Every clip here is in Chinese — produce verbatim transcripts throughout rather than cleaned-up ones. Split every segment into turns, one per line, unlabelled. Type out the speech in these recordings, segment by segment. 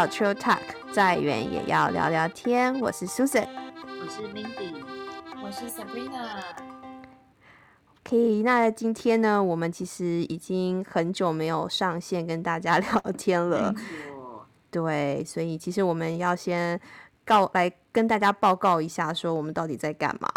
到 Chill Talk， 再远也要聊聊天。我是 Susan，
我是 Mindy，
我是
Sabrina。OK， 那今天呢，我们其实已经很久没有上线跟大家聊天了。对，所以其实我们要先告来跟大家报告一下，说我们到底在干嘛。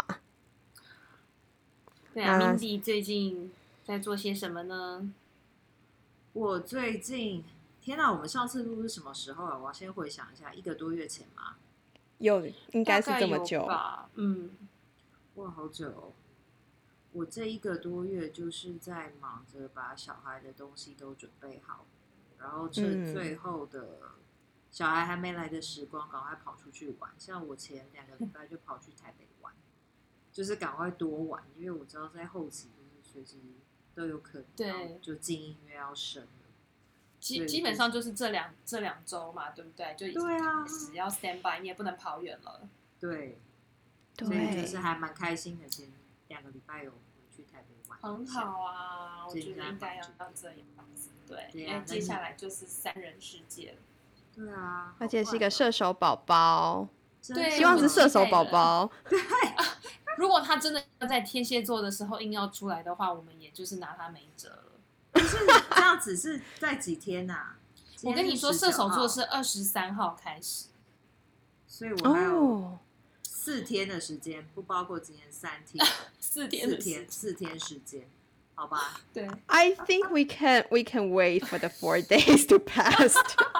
对啊 ，Mindy 最近在做些什么呢？
我最近，天哪，我们上次录是什么时候啊？我要先回想一下，一个多月前吗？
有，应该是这么久
吧？嗯，
哇，好久哦！我这一个多月就是在忙着把小孩的东西都准备好，然后趁最后的小孩还没来的时光，赶快跑出去玩。像我前两个礼拜就跑去台北玩，就是赶快多玩，因为我知道在后期就是随时都有可能，
对，
就进音乐要生了。
基基本上就是这两这两周嘛，对不对？就已经开始要 stand by，你也不能跑远了。
对，所以就是还蛮开心的。前两个礼拜有回去台北玩，
很好啊，我觉得应该要要这样子。对，因为接下来就是三人世界了。
对啊，
而且是一个射手宝宝，
对，
希望是射手宝宝。
对、
啊，如果他真的在天蝎座的时候硬要出来的话，我们也就是拿他没辙了。
不是这样子，是在几天啊？
我跟你说，射手座是二十三号开始，
所以我还有四天的时间，不包括今天三天，
四天
四天四天时间，好吧？
对
，I think we can we can wait for the four days to pass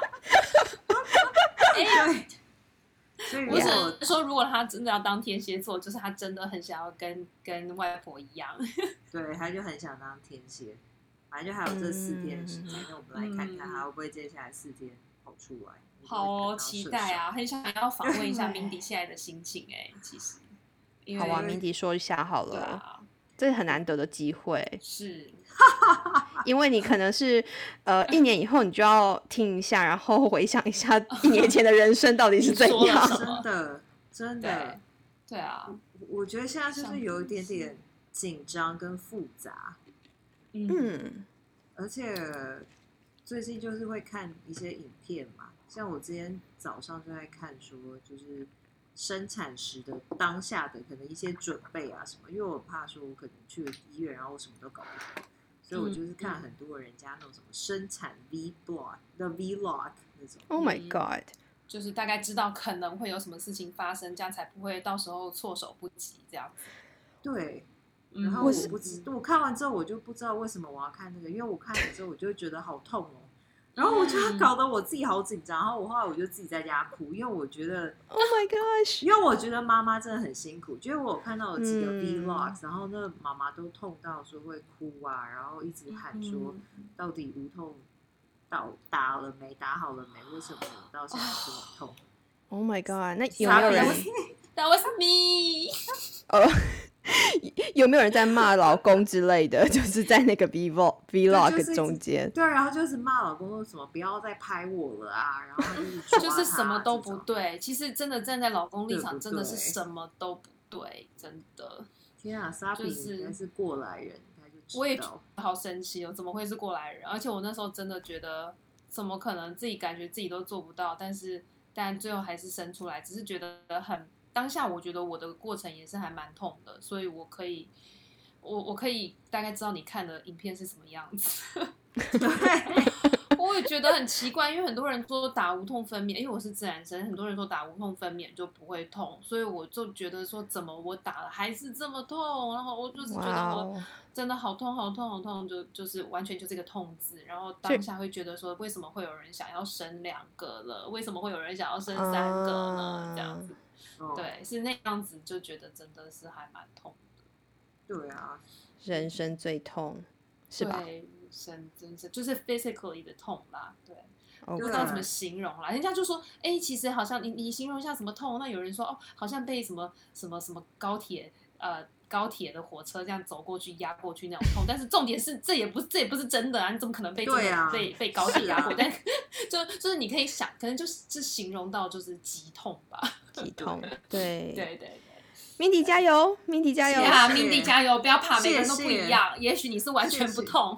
哎。
所以
我只能说，如果他真的要当天蝎座，就是他真的很想要跟跟外婆一样，
对，他就很想当天蝎。反正就还有这四天的时间，那、嗯、我们来看看他会不会接下来四天跑出来。
好哦，期待啊！很想要访问一下 Mindy 现在的心情哎、欸，其实。
好啊 ，Mindy 说一下好了，啊、这是很难得的机会。
是，
因为你可能是呃一年以后你就要听一下，然后回想一下一年前的人生到底是怎样。
真的，真的，
对啊，
我觉得现在就是有一点点紧张跟复杂。
嗯，
而且最近就是会看一些影片嘛，像我今天早上就在看说，就是生产时的当下的可能一些准备啊什么，因为我怕说我可能去了医院，然后我什么都搞不懂，所以我就是看很多人家那种什么生产 vlog 的 vlog 那种。
Oh my god！、嗯、
就是大概知道可能会有什么事情发生，这样才不会到时候措手不及这样子。
对。然后我不知，我看完之后我就不知道为什么我要看那个，因为我看了之后我就会觉得好痛哦，然后我就搞得我自己好紧张，然后我后来我就自己在家哭，因为我觉得
，Oh my gosh，
因为我觉得妈妈真的很辛苦，因为我有看到有几个 vlogs，、嗯、然后那妈妈都痛到说会哭啊，然后一直喊说到底无痛到打了没，打好了没，为什么我到现在这么痛
？Oh my god， 那有没有人
？That was me
哦。oh有没有人在骂老公之类的？就是在那个 vlog vlog 中间，
对，然后就是骂老公说什么不要再拍我了啊，然后就是
就是什么都不对。其实真的站在老公立场，真的是什么都不对，真的。
天啊，沙比应该是过来人，应该就知道。
我也好生气哦，怎么会是过来人？而且我那时候真的觉得，怎么可能自己感觉自己都做不到，但是但最后还是生出来，只是觉得很。当下我觉得我的过程也是还蛮痛的，所以我可以，我我可以大概知道你看的影片是什么样子。
对，
我也觉得很奇怪，因为很多人说打无痛分娩，因为我是自然生，很多人说打无痛分娩就不会痛，所以我就觉得说怎么我打了还是这么痛，然后我就是觉得我真的好痛好痛好痛，就就是完全就是一个痛字，然后当下会觉得说为什么会有人想要生两个了，为什么会有人想要生三个呢？这样子。对，是那样子，就觉得真的是还蛮痛的。
对啊，
人生最痛，是吧？
对，人生真是就是 physically 的痛啦，对，
okay.
不知道怎么形容啦。人家就说，哎、欸，其实好像你你形容一下什么痛，那有人说哦，好像被什么什么什么高铁呃高铁的火车这样走过去压过去那种痛，但是重点是这也不这也不是真的啊，你怎么可能被真的、啊、被被高铁压过？但就就是你可以想，可能就是是形容到就是极痛吧。
极痛，对
对对对
，Mindy 加油 ，Mindy 加油
啊 ，Mindy 加油，不要怕，每个人都不一样，也许你是完全不痛，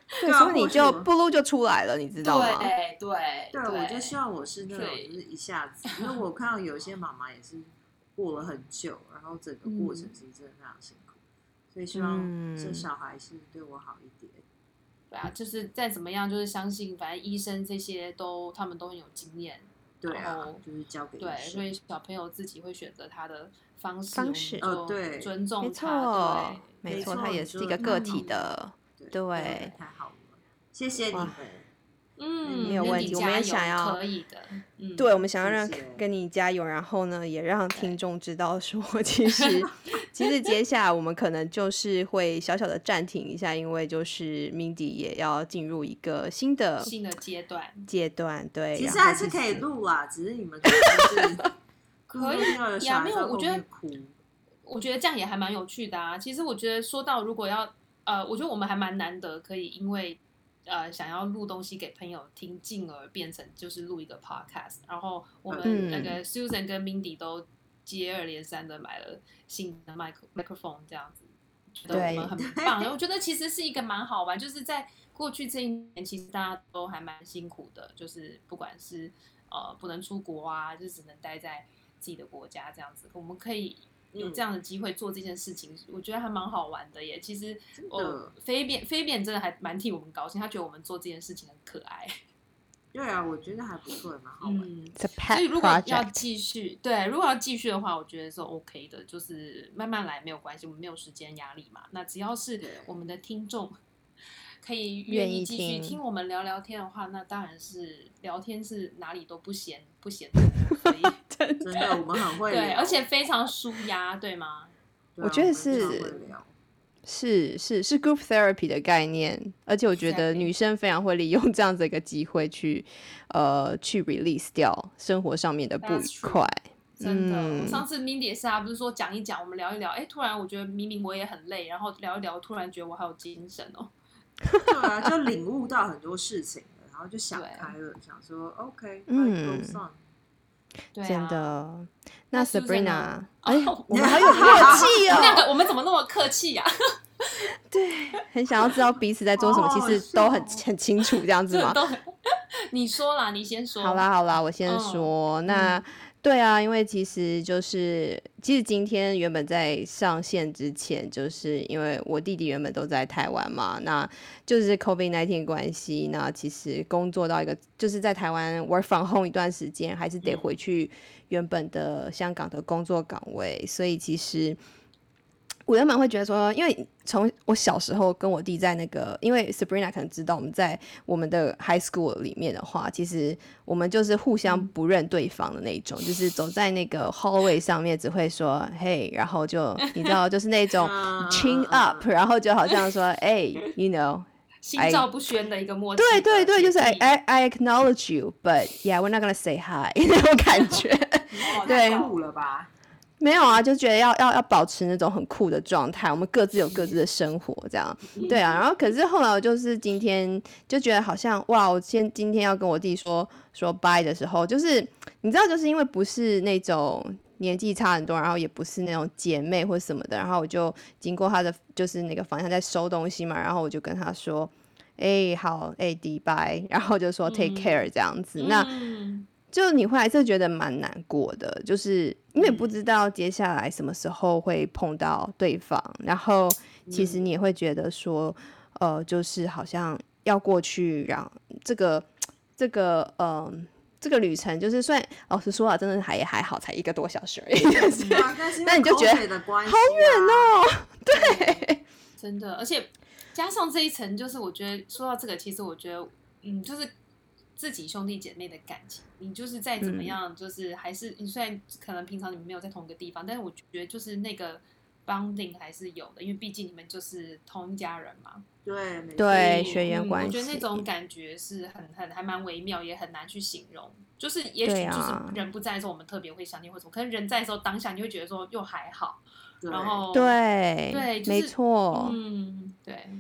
对，所以你就不噜就出来了，你知道吗？
对对
对，我就希望我是那种就是一下子，因为我看到有些妈妈也是过了很久，然后整个过程其实真的非常辛苦，嗯、所以希望这小孩是对我好一点。
对啊，就是再怎么样，就是相信，反正医生这些都他们都很有经验。
对啊，就是交给
对，所以小朋友自己会选择他的方式，
方式
就尊重他。
哦、
对，
没错，他也是一个个体的。
对，
对
太好了，谢谢你们。
嗯，
没有问题，我们也想要
可以的。嗯，
对，我们想要让跟你加油，然后呢，也让听众知道说，其实其实接下来我们可能就是会小小的暂停一下，因为就是 Mindy 也要进入一个新的
新的阶段
阶段。对，
其实还是可以录啦，只是你们可能就是
可以呀，没有，我觉得我觉得这样也还蛮有趣的啊。其实我觉得说到如果要呃，我觉得我们还蛮难得可以因为。呃，想要录东西给朋友听，进而变成就是录一个 podcast。然后我们那个 Susan 跟 Mindy 都接二连三的买了新的麦克麦克风，这样子，觉得我们很棒。我觉得其实是一个蛮好玩，就是在过去这一年，其实大家都还蛮辛苦的，就是不管是呃不能出国啊，就只能待在自己的国家这样子，我们可以。有这样的机会做这件事情，嗯、我觉得还蛮好玩的耶。其实，哦，飞扁飞扁真的还蛮替我们高兴，他觉得我们做这件事情很可爱。
对啊，我觉得还不错，蛮好玩的。
嗯，
所
以如果要继续，对，如果要继续的话，我觉得是 OK 的，就是慢慢来没有关系，我们没有时间压力嘛。那只要是我们的听众可以愿意继续听我们聊聊天的话，那当然是聊天是哪里都不嫌不嫌多，所以
真的我们很会聊，
对，而且非常舒压，对吗？
我觉得是是是是 group therapy 的概念，而且我觉得女生非常会利用这样子一个机会去呃去 release 掉生活上面的不愉快。
真的，嗯、我上次 Mindy 也是啊，不是说讲一讲，我们聊一聊，哎，突然我觉得明明我也很累，然后聊一聊，突然觉得我好有精神哦。
对啊，就领悟到很多事情了，然后就想开了，想说 OK， 嗯，
对啊，
真的。那 Sabrina，
哎、
哦，我们好有默契哦。
那个我们怎么那么客气呀、啊？
对，很想要知道彼此在做什么，其实都很很清楚，这样子吗？
你说啦，你先说。
好啦好啦，我先说。嗯、那、嗯、对啊，因为其实就是其实今天原本在上线之前，就是因为我弟弟原本都在台湾嘛，那就是 COVID 十九 关系，那其实工作到一个就是在台湾 work from home 一段时间，还是得回去原本的香港的工作岗位，所以其实。我原本会觉得说，因为从我小时候跟我弟在那个，因为 Sabrina 可能知道我们在我们的 high school 里面的话，其实我们就是互相不认对方的那种，嗯、就是走在那个 hallway 上面只会说嘿，然后就你知道就是那种 chin up， 然后就好像说哎 ，you know，
心照不宣的一个默契。
对对对，就是 I I I acknowledge you，but yeah we're not gonna say hi 那种感觉。
对，太酷了吧？
没有啊，就觉得要要要保持那种很酷的状态，我们各自有各自的生活，这样对啊。然后可是后来我就是今天就觉得好像哇，我先今天要跟我弟说说 bye 的时候，就是你知道，就是因为不是那种年纪差很多，然后也不是那种姐妹或什么的，然后我就经过他的就是那个房间在收东西嘛，然后我就跟他说，哎、欸、好，哎、欸、弟 bye， 然后就说 take care 这样子，嗯、那。就你会还是觉得蛮难过的，就是因为不知道接下来什么时候会碰到对方，然后其实你也会觉得说，呃，就是好像要过去，让这个这个嗯、呃、这个旅程，就是虽然老实说啊，真的还也还好，才一个多小时而已，但是那你就觉得好远哦，对，
真的，而且加上这一层，就是我觉得说到这个，其实我觉得，嗯，就是。自己兄弟姐妹的感情，你就是再怎么样，就是还是、嗯、你虽然可能平常你们没有在同一个地方，但是我觉得就是那个 bonding 还是有的，因为毕竟你们就是同一家人嘛。
对
对，血缘关系、
嗯。我觉得那种感觉是很很还蛮微妙，也很难去形容。就是也许就是人不在的时候，我们特别会想念或什么，可是人在的时候，当下你会觉得说又还好。然后
对
对，就是、
没错，
嗯，对。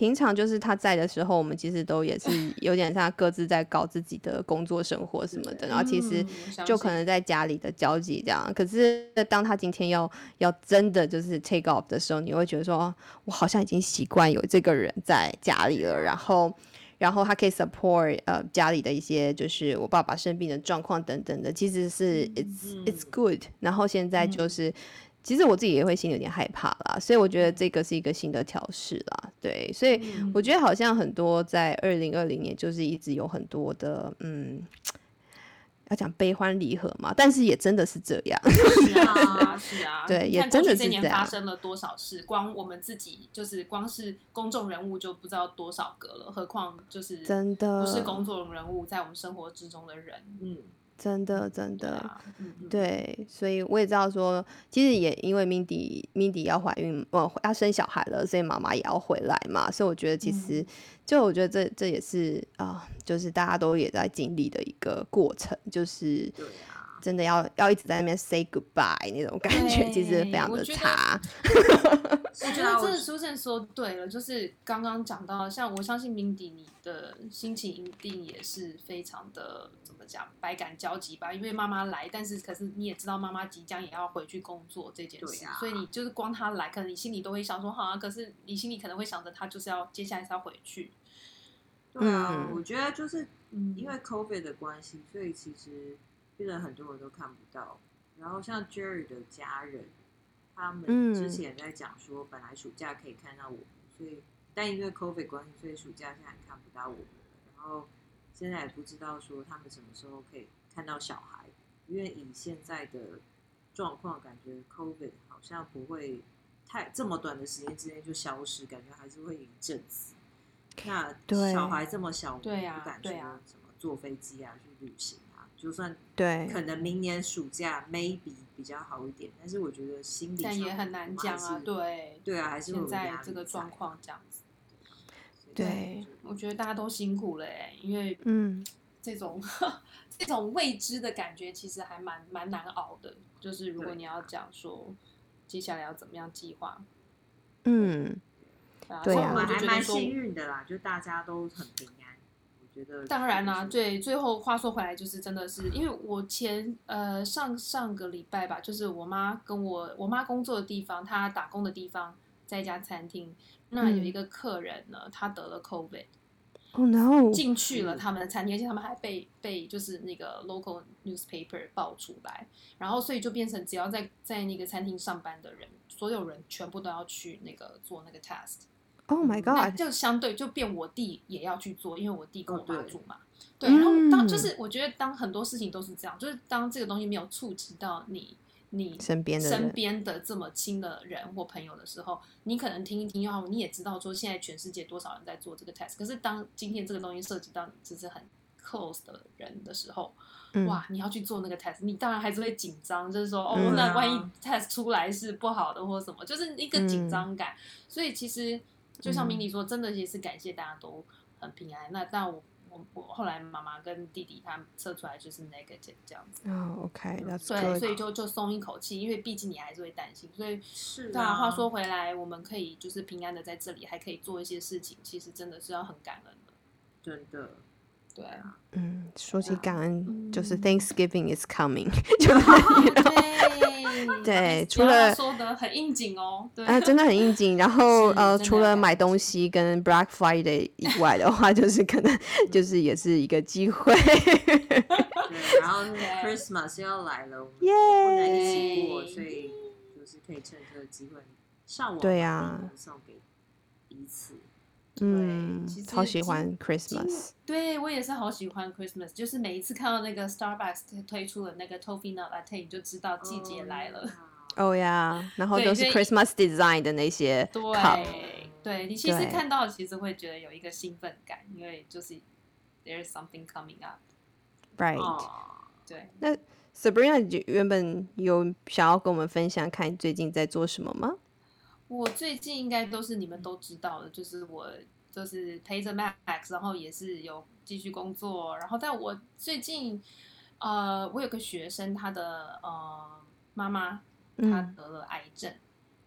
平常就是他在的时候，我们其实都也是有点像各自在搞自己的工作生活什么的，然后其实就可能在家里的交集这样。可是当他今天要要真的就是 take off 的时候，你会觉得说，我好像已经习惯有这个人在家里了，然后。然后他可以 support 呃家里的一些就是我爸爸生病的状况等等的，其实是 it's it's good。然后现在就是，其实我自己也会心里有点害怕啦，所以我觉得这个是一个新的调试啦，对，所以我觉得好像很多在二零二零年就是一直有很多的嗯。要讲悲欢离合嘛，但是也真的是这样。
是啊，是啊，
对，也真的是这样。
这年发生了多少事，光我们自己就是光是公众人物就不知道多少个了，何况就是
真的
不是公众人物在我们生活之中的人，
嗯。
真的真的，对,、
啊嗯嗯、
对，所以我也知道说，其实也因为 Mindy Mindy 要怀孕，呃，要生小孩了，所以妈妈也要回来嘛，所以我觉得其实，嗯、就我觉得这这也是啊、呃，就是大家都也在经历的一个过程，就是真的要要一直在那边 say goodbye 那种感觉，其实非常的差。
我觉得真的Susan说对了，就是刚刚讲到，像我相信 Mindy 你的心情一定也是非常的怎么讲，百感交集吧，因为妈妈来，但是可是你也知道妈妈即将也要回去工作这件事，啊、所以你就是光她来，可能你心里都会想说，好啊，可是你心里可能会想着她就是要接下来是要回去。
对啊，嗯、我觉得就是因为 COVID 的关系，所以其实变得很多人都看不到，然后像 Jerry 的家人。他们之前在讲说，本来暑假可以看到我们，所以但因为 COVID 关系，所以暑假现在看不到我们了。然后现在也不知道说他们什么时候可以看到小孩，因为以现在的状况，感觉 COVID 好像不会太这么短的时间之内就消失，感觉还是会有一阵子。那小孩这么小，
对啊，
不敢说什么坐飞机啊去旅行。就算
对，
可能明年暑假 maybe 比较好一点，但是我觉得心理上
但也很难讲啊，对，
对啊，还是
现在这个状况这样子，
对，对
我觉得大家都辛苦了哎、欸，因为
嗯，
这种这种未知的感觉其实还蛮蛮难熬的，就是如果你要讲说接下来要怎么样计划，
嗯，
对啊，我们还蛮幸运的啦，就大家都很平安。
当然啦、啊，对，最后话说回来，就是真的是因为我前呃上上个礼拜吧，就是我妈跟我我妈工作的地方，她打工的地方在一家餐厅，那有一个客人呢，他得了 COVID，Oh
no，
进去了他们的餐厅，而且他们还被被就是那个 local newspaper 爆出来，然后所以就变成只要在在那个餐厅上班的人，所有人全部都要去那个做那个 test。Oh
my god！
那就相对就变我弟也要去做，因为我弟跟我妈住嘛。哦、对, 对，然后当就是我觉得当很多事情都是这样，就是当这个东西没有触及到你你
身边的
身边的这么亲的人或朋友的时候，你可能听一听，然后你也知道说现在全世界多少人在做这个 test。可是当今天这个东西涉及到你只是很 close 的人的时候，嗯、哇，你要去做那个 test， 你当然还是会紧张，就是说哦，嗯、那万一 test 出来是不好的或什么，就是一个紧张感。嗯、所以其实。就像Mindy说，真的也是感谢大家都很平安。那但我我我后来妈妈跟弟弟他们测出来就是 negative 这样子。
哦、oh, ，OK，that's
good。
对，
所以就就松一口气，因为毕竟你还是会担心。所以
是
对啊，话说回来，我们可以就是平安的在这里，还可以做一些事情，其实真的是要很感恩的。
真的。
对啊，
嗯，说起感恩，
嗯、
就是 Thanksgiving is coming，、嗯、就是、
对
对，除了
说的很应景哦，对
啊，真的很应景。然后呃，除了买东西跟 Black Friday 以外的话，就是可能就是也是一个机会。
对，然后 Christmas 要来了，我们不能一起过，所以就是可以趁这个机会上网
对呀、啊，
送给彼此。
嗯，超喜欢 Christmas。
对，我也是好喜欢 Christmas， 就是每一次看到那个 Starbucks 推出的那个 Toffee Nut Latte， 你就知道季节来了。
哦呀，然后都是 Christmas design 的那些 cup。
对，对你其实看到其实会觉得有一个兴奋感，因为就是 there's something coming up。Right。对。
那 Sabrina 原本有想要跟我们分享，看你最近在做什么吗？
我最近应该都是你们都知道的，就是我就是陪着 Max， 然后也是有继续工作，然后但我最近呃，我有个学生，他的呃妈妈她得了癌症，嗯、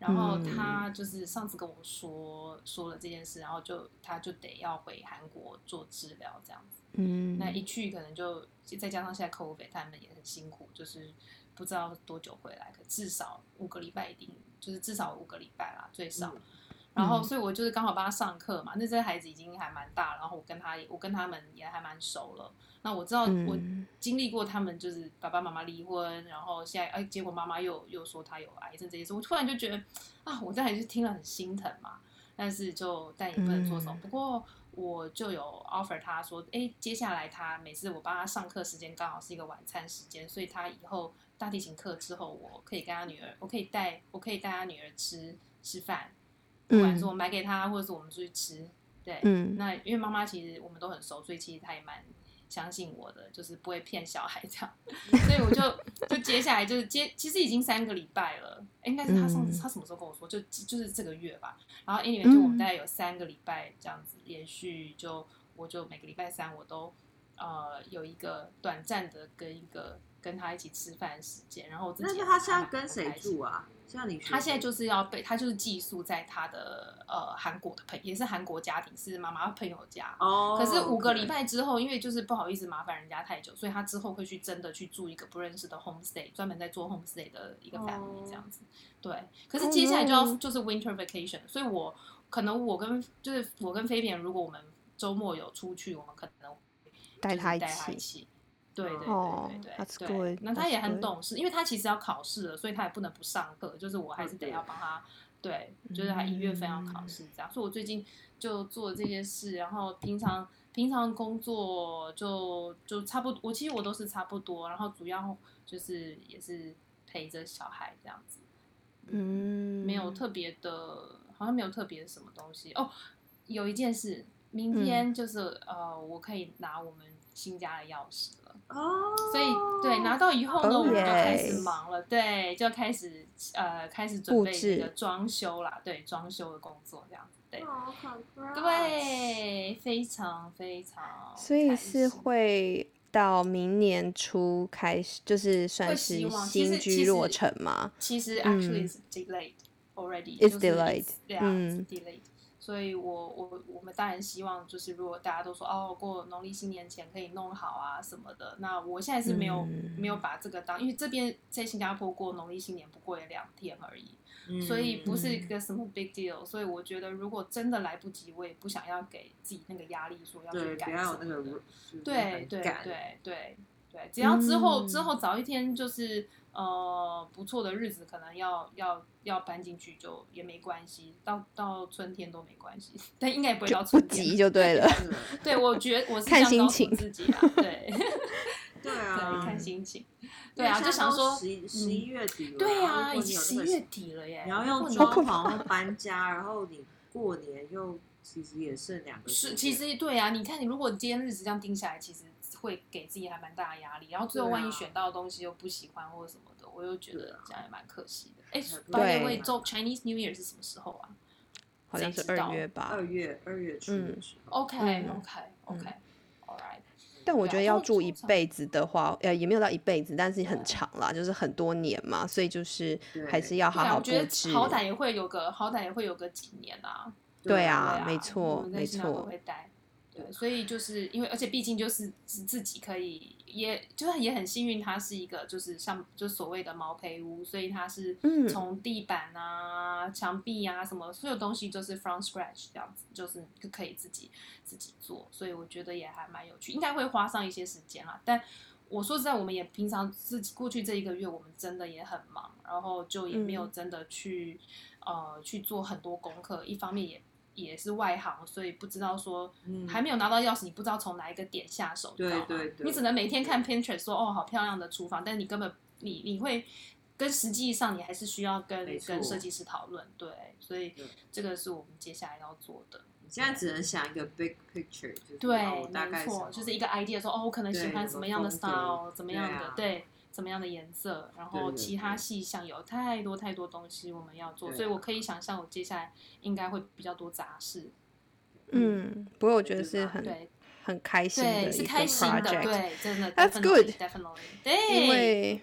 然后他就是上次跟我说说了这件事，然后就他就得要回韩国做治疗这样子。
嗯，
那一去可能就再加上现在 COVID 他们也很辛苦，就是不知道多久回来，可至少五个礼拜一定就是至少五个礼拜啦最少。嗯，然后所以我就是刚好帮他上课嘛，那这些孩子已经还蛮大，然后我跟他我跟他们也还蛮熟了。那我知道我经历过他们就是爸爸妈妈离婚，然后现在哎结果妈妈又又说她有癌症这些事，我突然就觉得啊，我当然是听了很心疼嘛，但是就但也不能做什么。嗯，不过我就有 offer 他说，哎，接下来他每次我帮他上课时间刚好是一个晚餐时间，所以他以后大提琴课之后，我可以跟他女儿，我可以带我可以带他女儿吃吃饭。不管是我买给他，或者是我们出去吃，对，嗯，那因为妈妈其实我们都很熟，所以其实她也蛮相信我的，就是不会骗小孩这样，所以我就就接下来就是接，其实已经三个礼拜了，应该是他上次他什么时候跟我说，就就是这个月吧，然后 anyway 就我们大概有三个礼拜这样子连续，就我就每个礼拜三我都呃有一个短暂的跟一个跟他一起吃饭的时间，然后我自己
那他现在跟谁住啊？像你
他现在就是要被他就是寄宿在他的呃韩国的朋友，也是韩国家庭，是妈妈朋友家。哦。可是五个礼拜之后，因为就是不好意思麻烦人家太久，所以他之后会去真的去住一个不认识的 homestay， 专门在做 homestay 的一个 family 这样子。对。可是接下来就要就是 winter vacation， 所以我可能我跟就是我跟飞扁，如果我们周末有出去，我们可能
带他一
起。对对对对对对，那他也很懂事，因为他其实要考试了，所以他也不能不上课，就是我还是得要帮他，对，就是他一月份要考试这样，所以我最近就做这些事，然后平常平常工作就就差不多，我其实我都是差不多，然后主要就是也是陪着小孩这样子，嗯，没有特别的，好像没有特别什么东西哦，有一件事，明天就是、嗯、呃，我可以拿我们新家的钥匙了哦，所以对拿到以后呢， oh, 我们就开始忙了，对，就开始呃开始准备那个装修啦，对，装修的工作这样子，对， oh, 对，非常非常，
所以是会到明年初开始，就是算是新居落成吗？
其实 actually is delayed already，
it's delayed，
嗯 ，delayed。所以我我我们当然希望就是如果大家都说哦过农历新年前可以弄好啊什么的，那我现在是没有、嗯、没有把这个当，因为这边在新加坡过农历新年不过也两天而已、嗯，所以不是一个什么 big deal，、嗯、所以我觉得如果真的来不及，我也不想要给自己那个压力说要去改什么的，对对对对对，只要之后、嗯、之后早一天就是呃不错的日子，可能要要要搬进去就也没关系，到到春天都没关系，但应该也不会到春天，
不急就对了。
对，我觉得我是这样告诉自己啊，对，
对啊，
对，看心情，对啊，就想说
十十一月底了，
对啊，已经十一月底了耶，
你要用装潢搬家，然后你过年又其实也剩两个，
是其实对啊，你看你如果今天日子这样定下来，其实会给自己还蛮大的压力，然后最后万一选到的东西又不喜欢或者什么的，我又觉得这样也蛮可惜的。哎 ，by the way， 做 Chinese New Year 是什么时候啊？
好像是二月吧，
二月二月初的时候。
OK OK OK，All right。
但我觉得要住一辈子的话，呃，也没有到一辈子，但是很长啦，就是很多年嘛，所以就是还是要好好布置。
好歹也会有个，好歹也会有个几年啊。
对啊，没错，没错。
会待。对，所以就是因为，而且毕竟就是是自己可以，也就是也很幸运，它是一个就是像就所谓的毛坯屋，所以它是从地板啊、墙壁啊什么所有东西就是 from scratch 这样子，就是可以自己自己做，所以我觉得也还蛮有趣，应该会花上一些时间啦。但我说实在，我们也平常自己过去这一个月，我们真的也很忙，然后就也没有真的去、嗯、呃去做很多功课，一方面也。也是外行，所以不知道说、嗯、还没有拿到钥匙，你不知道从哪一个点下手，
对对对，
你只能每天看 Pinterest 说哦好漂亮的厨房，但是你根本你你会跟实际上你还是需要跟跟设计师讨论，对，所以这个是我们接下来要做的。
你现在只能想一个 big picture， 就是、
对，
哦、大概
没错，就是一个 idea 说哦我可能喜欢什么样的 style， 怎么样的，对。什么样的颜色，然后其他细项有太多太多东西我们要做，所以我可以想象我接下来应该会比较多杂事。
嗯，不过我觉得是很
对
很开心的一个 project，
对，是开心的，对，真的
，That's good，
definitely， 对，
因为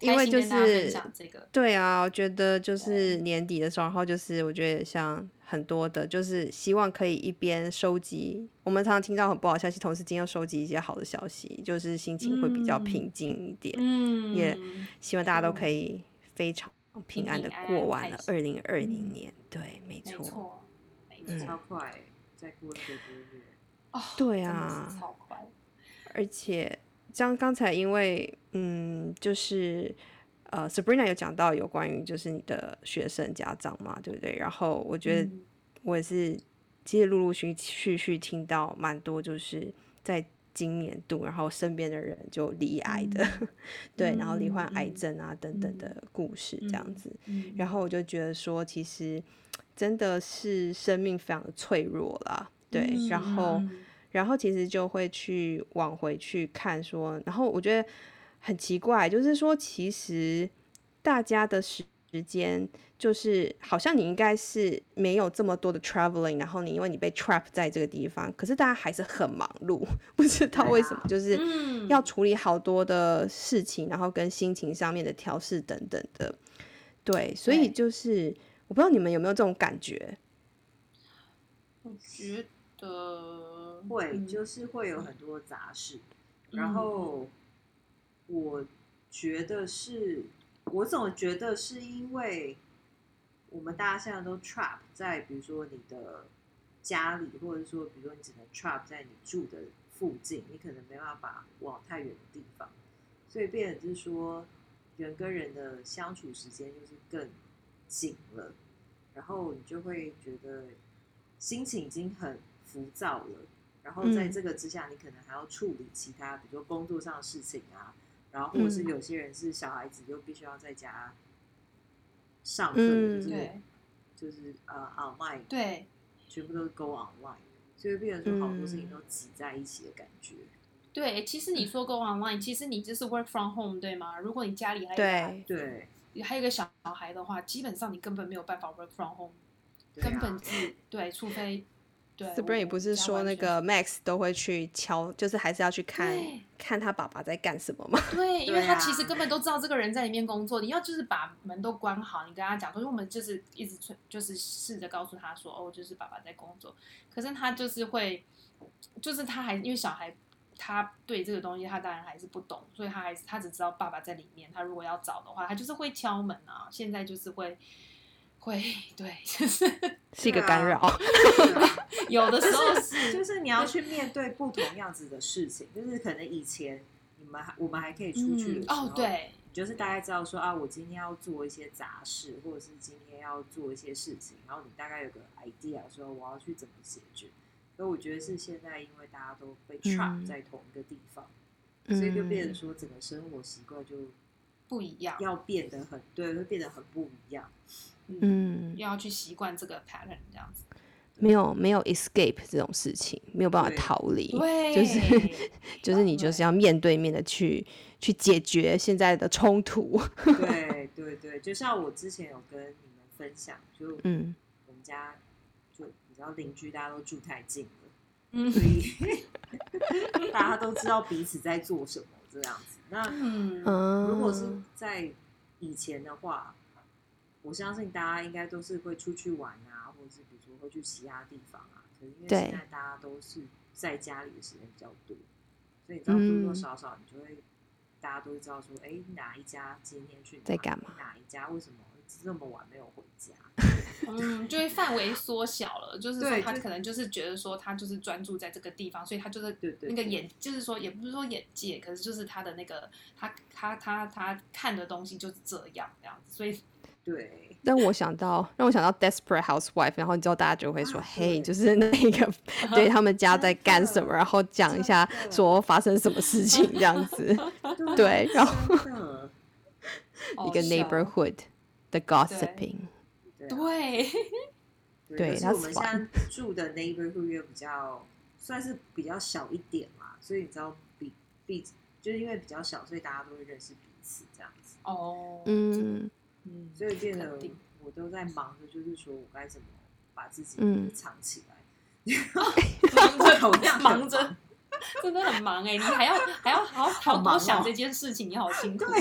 因为就
开心跟大家分
是
享这个。
对啊，我觉得就是年底的时候，然后就是我觉得像很多的，就是希望可以一边收集，我们常常听到很不好的消息，同时间又收集一些好的消息，就是心情会比较平静一点。
嗯，
也希望大家都可以非常平安的过完了二零二零年。对，没
没
错，
错，没
嗯，
错，
超快，再过一个多月。
哦，
对
真的
啊
是，超快。
而且像刚才因为嗯，就是呃，Sabrina 有讲到有关于就是你的学生家长嘛，对不对？然后我觉得
嗯
我也是，其实陆陆续续续听到蛮多，就是在今年度，然后身边的人就罹癌的，
嗯
对，然后罹患
嗯
癌症啊等等的故事这样子。
嗯
然后我就觉得说，其实真的是生命非常的脆弱啦，对，
嗯
然后。
嗯
然后其实就会去往回去看说，然后我觉得很奇怪，就是说其实大家的时时间就是好像你应该是没有这么多的 traveling，然后你因为你被 trap 在这个地方，可是大家还是很忙碌，不知道为什么，就是
嗯
要处理好多的事情，然后跟心情上面的调试等等的，对，所以
对
就是我不知道你们有没有这种感觉，
我觉得
会，
嗯
就是会有很多杂事，
嗯
然后我觉得是，我总觉得是因为我们大家现在都 trap 在，比如说你的家里，或者说比如说你只能 trap 在你住的附近，你可能没办法往太远的地方，所以变成是说人跟人的相处时间就是更紧了，然后你就会觉得心情已经很浮躁了，然后在这个之下，你可能还要处理其他，比如说工作上的事情啊，然后或者是有些人是小孩子，又必须要在家上课，
嗯
就是
对
就是呃 online，
对
全部都是 go online，所以变成说好多事情都挤在一起的感觉。
对，其实你说 go online，其实你就是 work from home 对吗？如果你家里还有
对
对，
还有一个小孩的话，基本上你根本没有办法 work from home，、
对啊
根本是对，除非对。
Sabrina 也不是说那个 Max 都会去敲，就是还是要去看
对
看他爸爸在干什么嘛。
对，因为他
对啊
其实根本都知道这个人在里面工作，你要就是把门都关好，你跟他讲说，因为我们就是一直催就是试着告诉他说，哦，就是爸爸在工作，可是他就是会，就是他还因为小孩。他对这个东西，他当然还是不懂，所以他还是他只知道爸爸在里面。他如果要找的话，他就是会敲门啊。现在就是会会对，就是
是一个干扰。
对啊
有的时候是
就是你要去面对不同样子的事情，就是可能以前你们还我们还可以出去的时候，
嗯、哦，对，
你就是大概知道说啊，我今天要做一些杂事，或者是今天要做一些事情，然后你大概有个 idea 说我要去怎么解决。所以我觉得是现在，因为大家都被 trap 在同一个地方，
嗯、
所以就变成说整个生活习惯就
不一样，
要变得很对，会变得很不一样。
嗯，
要去习惯这个 pattern 这样子。
没有没有 escape 这种事情，没有办法逃离，
对，
就是就是你就是要面对面的去去解决现在的冲突。
对对对，就像我之前有跟你们分享，就
嗯，
我们家就你知道邻居大家都住太近了，
嗯
所以大家都知道彼此在做什么这样子。那
嗯，
如果是在以前的话，我相信大家应该都是会出去玩啊，或者是比如说会去其他地方啊。可是因为
对
现在大家都是在家里的时间比较多，所以你知道多多少少你就会、嗯、大家都会知道说，哎，哪一家今天去
在干嘛？
哪一家为什么这么晚没有回家？
嗯，就会范围缩小了，就是说他
就
可能就是觉得说他就是专注在这个地方，所以他就是
对对
那个眼，就是说也不是说眼界，可是就是他的那个他他他他看的东西就是这样这样子，所以
对。
让我想到让我想到 Desperate Housewife， 然后之后大家就会说，
啊、
嘿，就是那个对他们家在干什么，然后讲一下说发生什么事情这样子，对，然后一个 neighborhood 的 gossiping。
对，
对，
可是我们现在住的 neighborhood 又比较算是比较小一点嘛，所以你知道比比就是因为比较小，所以大家都会认识彼此这样子。
哦，
嗯
嗯，
所以变得我都在忙着，就是说我该怎么把自己藏起来，
忙着
同样
忙着，真的很忙哎、欸，你还要还要好好多想这件事情，你好辛苦。
对，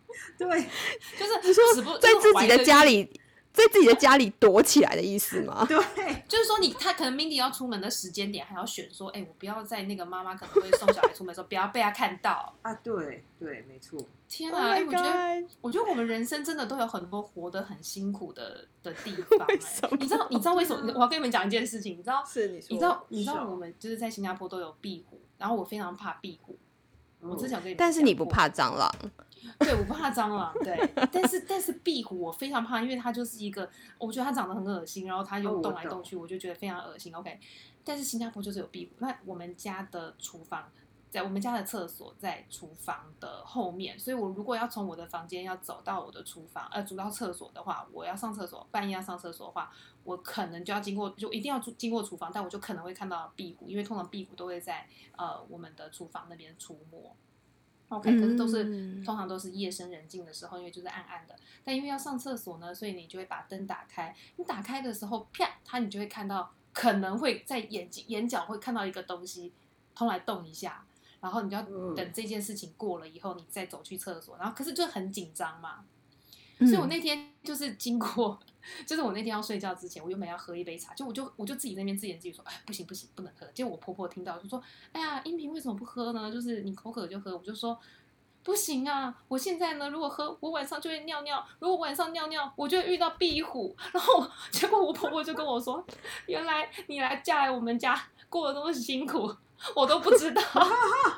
对，
就是
你说在自己的家里，在自己的家里躲起来的意思吗？
对，
就是说你他可能 Mindy 要出门的时间点还要选说，哎、欸，我不要在那个妈妈可能会送小孩出门的时候，不要被他看到
啊。对对，没错。
天啊，哎、oh 欸，我觉得，我觉得我们人生真的都有很多活得很辛苦的的地方、欸。你知道，你知道为什么？我要跟你们讲一件事情，你知道？
是你说，
你知道，你知道我们就是在新加坡都有壁虎，然后我非常怕壁虎。哦、我之前有跟你们讲过，
但是你不怕蟑螂？
对，我不怕蟑螂，对，但是但是壁虎我非常怕，因为它就是一个，我觉得它长得很恶心，然后它又动来动去，我就觉得非常恶心。OK， 但是新加坡就是有壁虎，那我们家的厨房，在我们家的厕所在厨房的后面，所以我如果要从我的房间要走到我的厨房，呃，走到厕所的话，我要上厕所，半夜要上厕所的话，我可能就要经过，就一定要经过厨房，但我就可能会看到壁虎，因为通常壁虎都会在呃我们的厨房那边出没。OK， 可是都是、嗯、通常都是夜深人静的时候，因为就是暗暗的。但因为要上厕所呢，所以你就会把灯打开。你打开的时候，啪，它你就会看到，可能会在眼睛眼角会看到一个东西，通来动一下，然后你就要等这件事情过了以后，你再走去厕所。然后可是就很紧张嘛，所以我那天就是经过。就是我那天要睡觉之前，我原本要喝一杯茶，就我就我就自己在那边自言自语说，哎，不行不行，不能喝。结果我婆婆听到就说，哎呀，英平为什么不喝呢？就是你口渴就喝。我就说，不行啊，我现在呢，如果喝，我晚上就会尿尿，如果晚上尿尿，我就会遇到壁虎。然后结果我婆婆就跟我说，原来你来嫁来我们家过得那么辛苦，我都不知道。然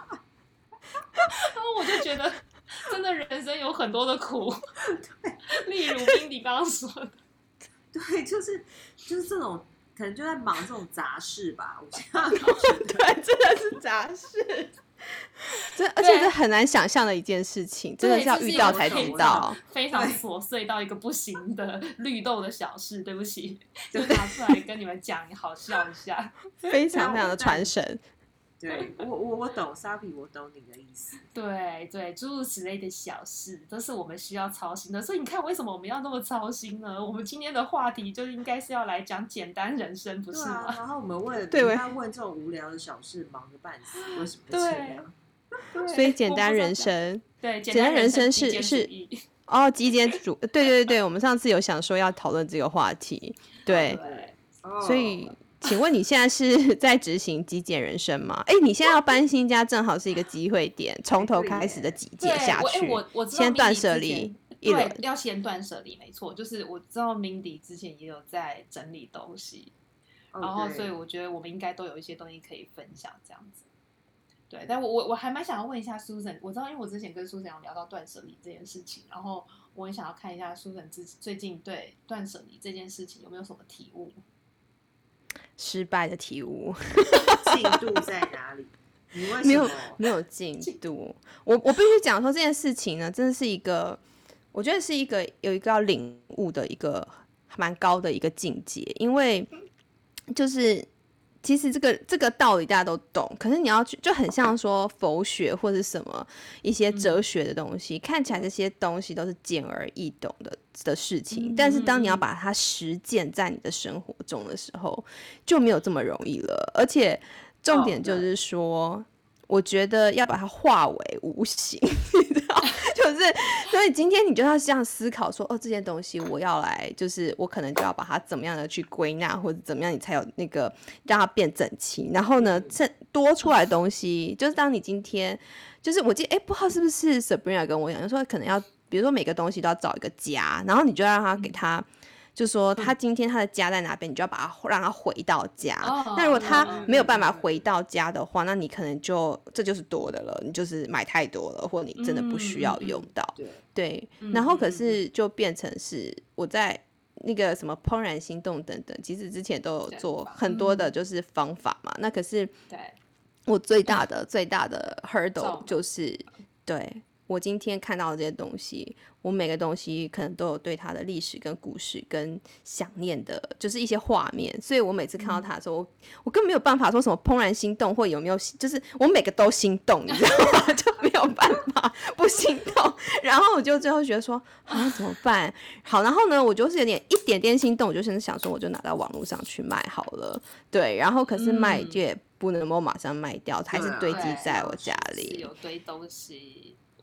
后我就觉得，真的人生有很多的苦，例如冰迪刚刚说的。
对，就是就是这种，可能就在忙这种杂事吧。我现在
对，真的是杂事，这而且这很难想象的一件事情，真的是要遇到才知道，
非常琐碎到一个不行的绿豆的小事。对不起，就拿出来跟你们讲，好笑一下，
非常非常的传神。
对，我我我懂沙比，我懂你的意思。
对对，诸如此类的小事都是我们需要操心的，所以你看，为什么我们要那么操心呢？我们今天的话题就应该是要来讲简单人生，不是吗？
对啊，然后我们为了对他问这种无聊的小事，忙得半死，为什么这样？
对，
所以简单人生，
对，
简单人生是是哦，极简主，对对对，我们上次有想说要讨论这个话题，对，
对
所以。请问你现在是在执行极简人生吗？哎，你现在要搬新家，正好是一个机会点，从头开始的极简下去。
我我
先断舍离一轮，
对，要先断舍离，没错。就是我知道 Mindy 之前也有在整理东西，然后所以我觉得我们应该都有一些东西可以分享，这样子。对，但我我我还蛮想要问一下 Susan， 我知道因为我之前跟 Susan 有聊到断舍离这件事情，然后我也想要看一下 Susan 最近对断舍离这件事情有没有什么体悟。
失败的体悟，
进度在哪里？你为什么
没有没有进度？我我必须讲说这件事情呢，真的是一个，我觉得是一个有一个要领悟的一个蛮高的一个境界，因为就是其实这个这个道理大家都懂，可是你要去就很像说佛学或者什么一些哲学的东西，嗯、看起来这些东西都是简而易懂的。的事情，但是当你要把它实践在你的生活中的时候，就没有这么容易了。而且重点就是说， oh, 我觉得要把它化为无形，你知道，就是所以今天你就要这样思考说，哦，这件东西我要来，就是我可能就要把它怎么样的去归纳，或者怎么样你才有那个让它变整齐。然后呢，这多出来的东西，就是当你今天，就是我记得，哎，不知道是不是 Sabrina 跟我讲，就说可能要。比如说每个东西都要找一个家，然后你就让他给他，就说他今天他的家在哪边，你就要把他让他回到家。
哦、
那如果他没有办法回到家的话，那你可能就这就是多的了，你就是买太多了，或者你真的不需要用到。
嗯、
对，然后可是就变成是我在那个什么怦然心动等等，其实之前都有做很多的就是方法嘛。那可是我最大的最大的 hurdle 就是对。我今天看到的这些东西，我每个东西可能都有对它的历史跟故事跟想念的，就是一些画面，所以我每次看到它的时候，嗯、我, 我根本没有办法说什么怦然心动或有没有，就是我每个都心动，你知道吗？就没有办法不心动。然后我就最后觉得说啊怎么办？好，然后呢，我就是有点一点点心动，我就甚至想说我就拿到网络上去卖好了，对，然后可是卖就也不能够马上卖掉，还是堆积在我家里，
有堆东西。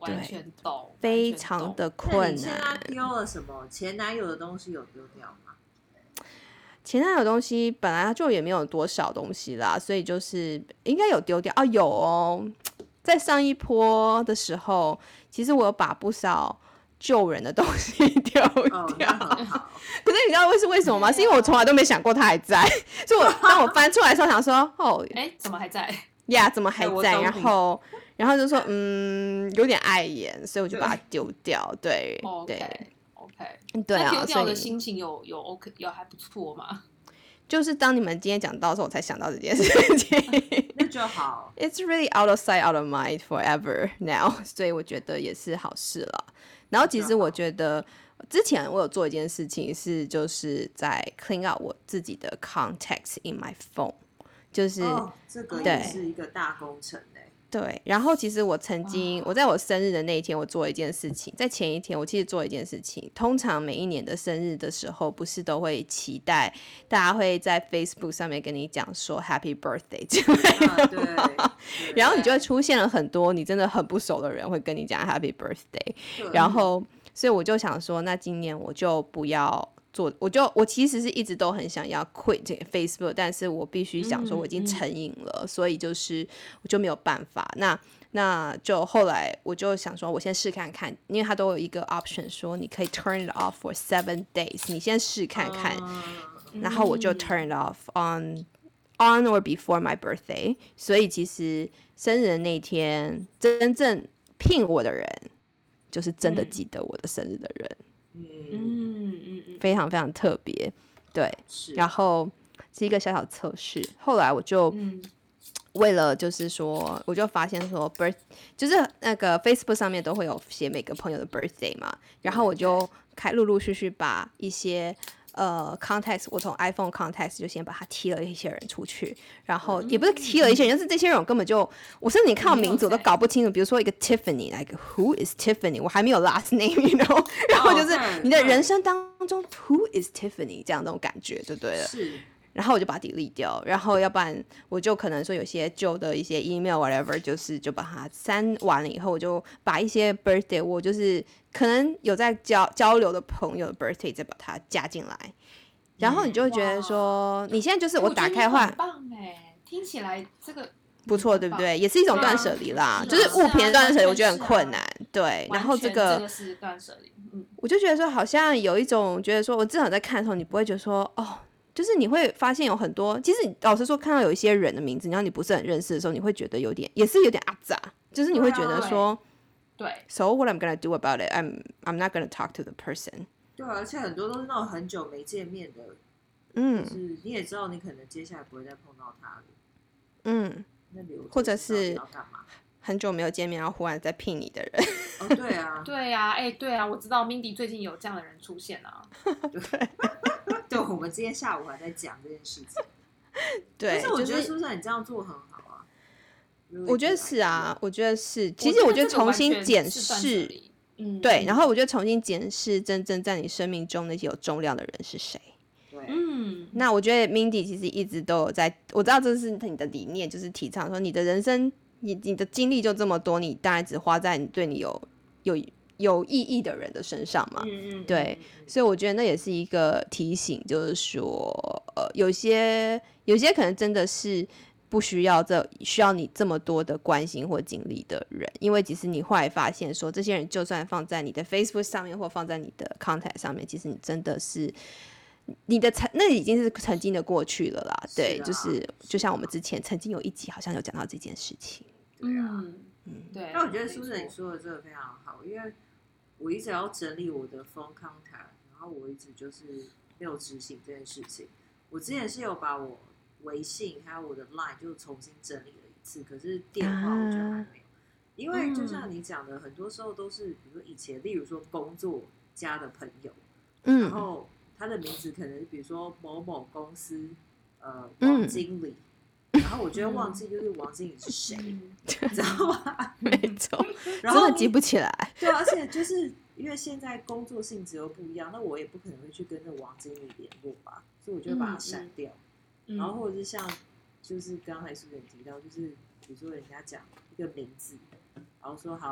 完全懂，
非常的困难。
那你现在丢了什么前男友的东西有丢掉吗？
前男友的东西本来就也没有多少东西啦，所以就是应该有丢掉啊，有哦。在上一波的时候，其实我有把不少救人的东西丢掉。
哦、
可是你知道为是为什么吗？是因为我从来都没想过他还在，所以我当我翻出来的时候想说，哦，
哎，怎么还在？
呀、yeah, 怎么还在？然后，然后就说，嗯，有点碍眼，所以我就把它丢掉。对，对。
Okay. OK，
对啊，
那丢掉的心情有有 OK 有还不错吗？
就是当你们今天讲到的时候，我才想到这件事情。
那就好。
It's really out of sight, out of mind forever now， 所以我觉得也是好事了。然后其实我觉得之前我有做一件事情是，就是在 clean out 我自己的 contacts in my phone， 就是、
哦、这个也是一个大工程。
对，然后其实我曾经，我在我生日的那一天，我做了一件事情。在前一天，我其实做了一件事情。通常每一年的生日的时候，不是都会期待大家会在 Facebook 上面跟你讲说 Happy Birthday 之类的、啊、对，然后你就会出现了很多你真的很不熟的人会跟你讲 Happy Birthday， 然后所以我就想说，那今年我就不要。做我就我其实是一直都很想要 quit 这个 Facebook， 但是我必须想说我已经成瘾了、嗯嗯、所以就是我就没有办法。那那就后来我就想说我先试看看，因为它都有一个 option 说你可以 turn it off for seven days， 你先试看看、uh, 然后我就 turn it off on on or before my birthday， 所以其实生日的那天真正聘我的人就是真的记得我的生日的人。
嗯
嗯嗯嗯，
非常非常特别，对，然后是一个小小测试。后来我就为了就是说，我就发现说 birth 就是那个 Facebook 上面都会有写每个朋友的 birthday 嘛，然后我就开陆陆续续把一些呃 contacts， 我从 iPhone contacts 就先把它踢了一些人出去，然后也不是踢了一些人，就是这些人我根本就我甚至你看到名字我都搞不清楚，比如说一个 Tiffany，like who is Tiffany， 我还没有 last name， 然后然后就是你的人生当中 who is Tiffany 这样那种感觉就对了。
是。
然后我就把它 delete 掉，然后要不然我就可能说有些旧的一些 email whatever， 就是就把它删完了以后，我就把一些 birthday 我就是可能有在交交流的朋友的 birthday 再把它加进来，然后你就会觉得说，你现在就是我打开话，
很棒哎，听起来这个
不错，对不对？也是一种断舍离啦，啊、就是物品的断舍离，我觉得很困难，啊、对。然后这个，
这个是断舍离，嗯，
我就觉得说，好像有一种觉得说，我至少在看的时候，你不会觉得说，哦。就是你会发现有很多，其实老实说，看到有一些人的名字，然后你不是很认识的时候，你会觉得有点，也是有点阿杂，就是你会觉得说，
对。
So what I'm gonna do about it? I'm I'm not gonna talk to the person.
对，而且很多都是那种很久没见面的，
嗯，
就是你也知道，你可能接下来不会再碰到他了，
嗯，
那留
或者是
要干嘛？
很久没有见面，然后忽然在聘你的人。
哦，对啊，
对啊，哎、欸，对啊，我知道 Mindy 最近有这样的人出现啊。
对。对，我们今天下午还在讲这件事情。
对，
但是我觉得
就是
苏珊你这样做很好啊。
我觉得是啊，我觉得是。其实我觉得重新检视，
嗯，
对，然后我觉得重新检视真正在你生命中那些有重量的人是谁。
对，
嗯，
那我觉得 Mindy 其实一直都有在，我知道这是你的理念，就是提倡说你的人生，你你的精力就这么多，你当然只花在你对你有有。有意义的人的身上嘛，
嗯嗯，
对，所以我觉得那也是一个提醒，就是说，呃，有些有些可能真的是不需要这需要你这么多的关心或精力的人，因为其实你后来发现说，这些人就算放在你的 Facebook 上面或放在你的 contact 上面，其实你真的是你的曾那已经是曾经的过去了啦，对，
是啊、
就是就像我们之前曾经有一集好像有讲到这件事情，
对啊，
嗯，对。
那我觉得苏珊你说的这个非常好，因为我一直要整理我的 phone contact， 然后我一直就是没有执行这件事情。我之前是有把我微信还有我的 line 就重新整理了一次，可是电话我觉得还没有，因为就像你讲的，很多时候都是比如说以前，例如说工作家的朋友，
嗯，
然后他的名字可能比如说某某公司呃王经理。嗯，然后我就会忘记，就是王经理是谁，嗯、你知道吗？
没错，
然后
真的记不起来。
对，而且就是因为现在工作性质又不一样，那我也不可能会去跟那王经理联络吧，所以我就会把它删掉。嗯、然后或者是像，就是刚才苏姐提到，就是比如说人家讲一个名字，然后说好，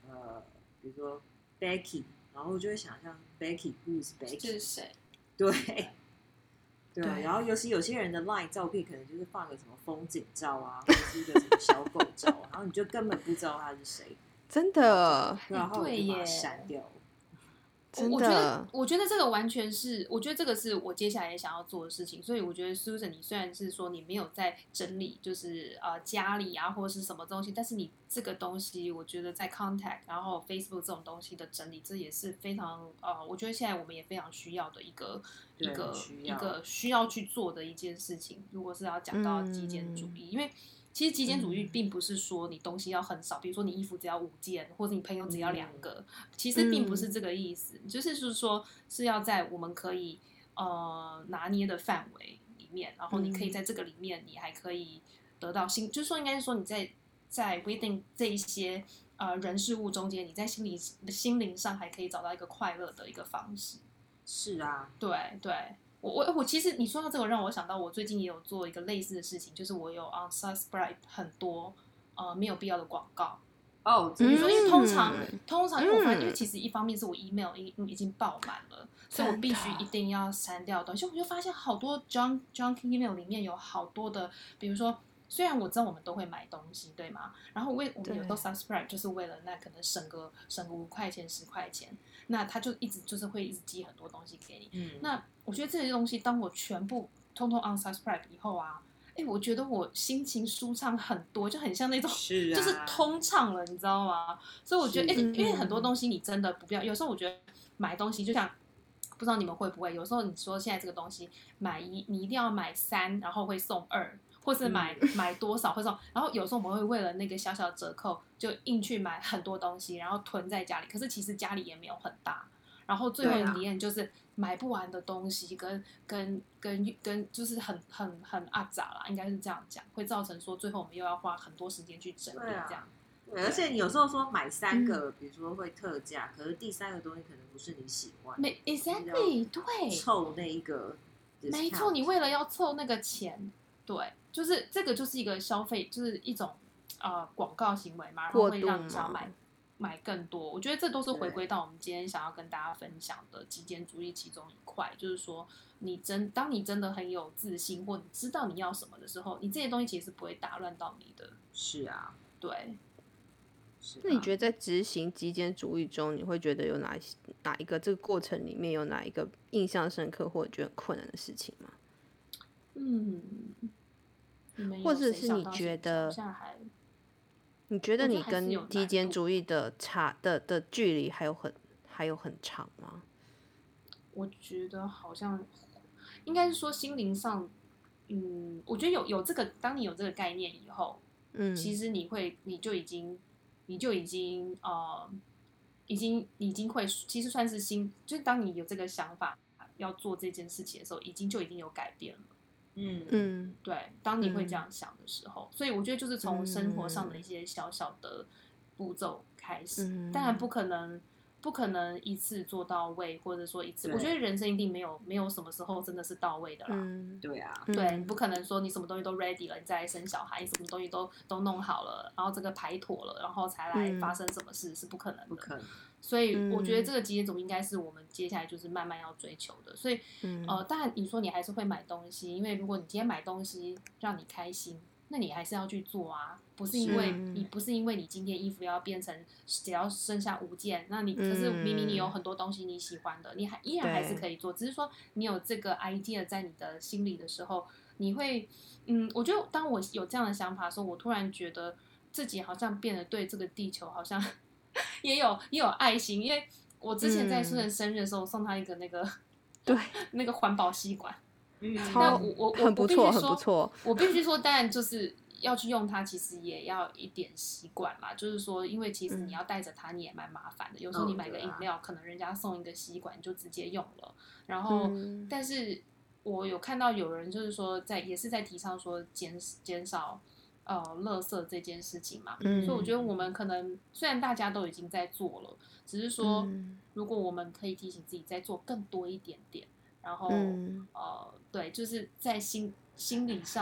呃，比如说 Becky， 然后我就会想象 Becky who is Becky，
这是谁？
对。对，
对
然后尤其有些人的 LINE 照片可能就是放个什么风景照啊，或者是一个什么小狗照，然后你就根本不知道他是谁，
真的，
然后我
对耶
就把它删掉了。
真
我觉得
的，，
我觉得这个完全是，我觉得这个是我接下来也想要做的事情。所以我觉得 Susan， 你虽然是说你没有在整理，就是呃家里啊或者是什么东西，但是你这个东西，我觉得在 Contact 然后 Facebook 这种东西的整理，这也是非常呃，我觉得现在我们也非常需要的一个一
对
个
需要
一个需要去做的一件事情。如果是要讲到极简主义，因为其实极简主义并不是说你东西要很少，比如说你衣服只要五件，或者你朋友只要两个，其实并不是这个意思，就是是说是要在我们可以呃拿捏的范围里面，然后你可以在这个里面，你还可以得到心，就是说应该是说你在在 within 这一些呃人事物中间，你在心理心灵上还可以找到一个快乐的一个方式。
是啊，
对对，我我我其实你说到这个，让我想到我最近也有做一个类似的事情，就是我有 unsubscribe 很多呃没有必要的广告。
哦，
比如说，因为通
嗯
常通常因为我发现，因为其实一方面是我 email 已已经爆满了，所以我必须
真的
一定要删掉东西。我就发现好多 junk junk email 里面有好多的，比如说。虽然我知道我们都会买东西，对吗？然后为我们有时候 subscribe 就是为了那可能省个省个五块钱十块钱，那他就一直就是会一直寄很多东西给你。
嗯，
那我觉得这些东西，当我全部通通 unsubscribe 以后啊，哎，我觉得我心情舒畅很多，就很像那种
是啊，
就是通畅了，你知道吗？所以我觉得，哎，
是
因为很多东西你真的不必要。有时候我觉得买东西就像。不知道你们会不会？有时候你说现在这个东西买一，你一定要买三，然后会送二，或是买、
嗯、
买多少会送。然后有时候我们会为了那个小小折扣，就硬去买很多东西，然后囤在家里。可是其实家里也没有很大，然后最后的体验就是买不完的东西跟，跟跟跟跟就是很很很阿杂啦，应该是这样讲，会造成说最后我们又要花很多时间去整理这样。
对，而且你有时候说买三个，嗯、比如说会特价，可是第三个东西可能不是你喜欢。
没 exactly 对，
凑那一个，
没错，你为了要凑那个钱，对，就是这个就是一个消费，就是一种呃广告行为嘛，然后会让你想买买更多。我觉得这都是回归到我们今天想要跟大家分享的极简主义其中一块，就是说你真当你真的很有自信，或你知道你要什么的时候，你这些东西其实不会打乱到你的。
是啊，
对。
那你觉得在执行极简主义中，你会觉得有哪哪一个这个过程里面有哪一个印象深刻或者觉得很困难的事情吗？
嗯，
或者是你觉得，你觉得你跟极简主义的差的的距离还有很还有很长吗？
我觉得好像应该是说心灵上，嗯，我觉得有有这个，当你有这个概念以后，嗯，其实你会你就已经。你就已经呃，已经已经会，其实算是心，就是当你有这个想法要做这件事情的时候，已经就已经有改变了。
嗯
嗯，
对，当你会这样想的时候，嗯、所以我觉得就是从生活上的一些小小的步骤开始，嗯、当然不可能。不可能一次做到位，或者说一次，我觉得人生一定没有没有什么时候真的是到位的啦。
嗯，对啊，
对，你不可能说你什么东西都 ready 了，你再来生小孩，你什么东西都都弄好了，然后这个排妥了，然后才来发生什么事，嗯、是不可能的。
不可能。
所以我觉得这个极简主义应该是我们接下来就是慢慢要追求的。所以，嗯、呃，当然你说你还是会买东西，因为如果你今天买东西让你开心。那你还是要去做啊，不是因为你不是因为你今天衣服要变成只要剩下五件，那你可是明明你有很多东西你喜欢的，你还依然还是可以做，只是说你有这个 idea 在你的心里的时候，你会，嗯，我觉得当我有这样的想法的时候，我突然觉得自己好像变得对这个地球好像也有也有爱心，因为我之前在苏人生日的时候送他一个那个
对
那个环保吸管。
超
我我
很不错，很不错。
我必须说，当然就是要去用它，其实也要一点习惯嘛。就是说，因为其实你要带着它，你也蛮麻烦的。有时候你买个饮料，可能人家送一个吸管，你就直接用了。然后，嗯、但是我有看到有人就是说在，也是在提倡说减减少呃垃圾这件事情嘛。嗯、所以我觉得我们可能虽然大家都已经在做了，只是说、嗯、如果我们可以提醒自己再做更多一点点。然后，嗯、呃，对，就是在心心理上，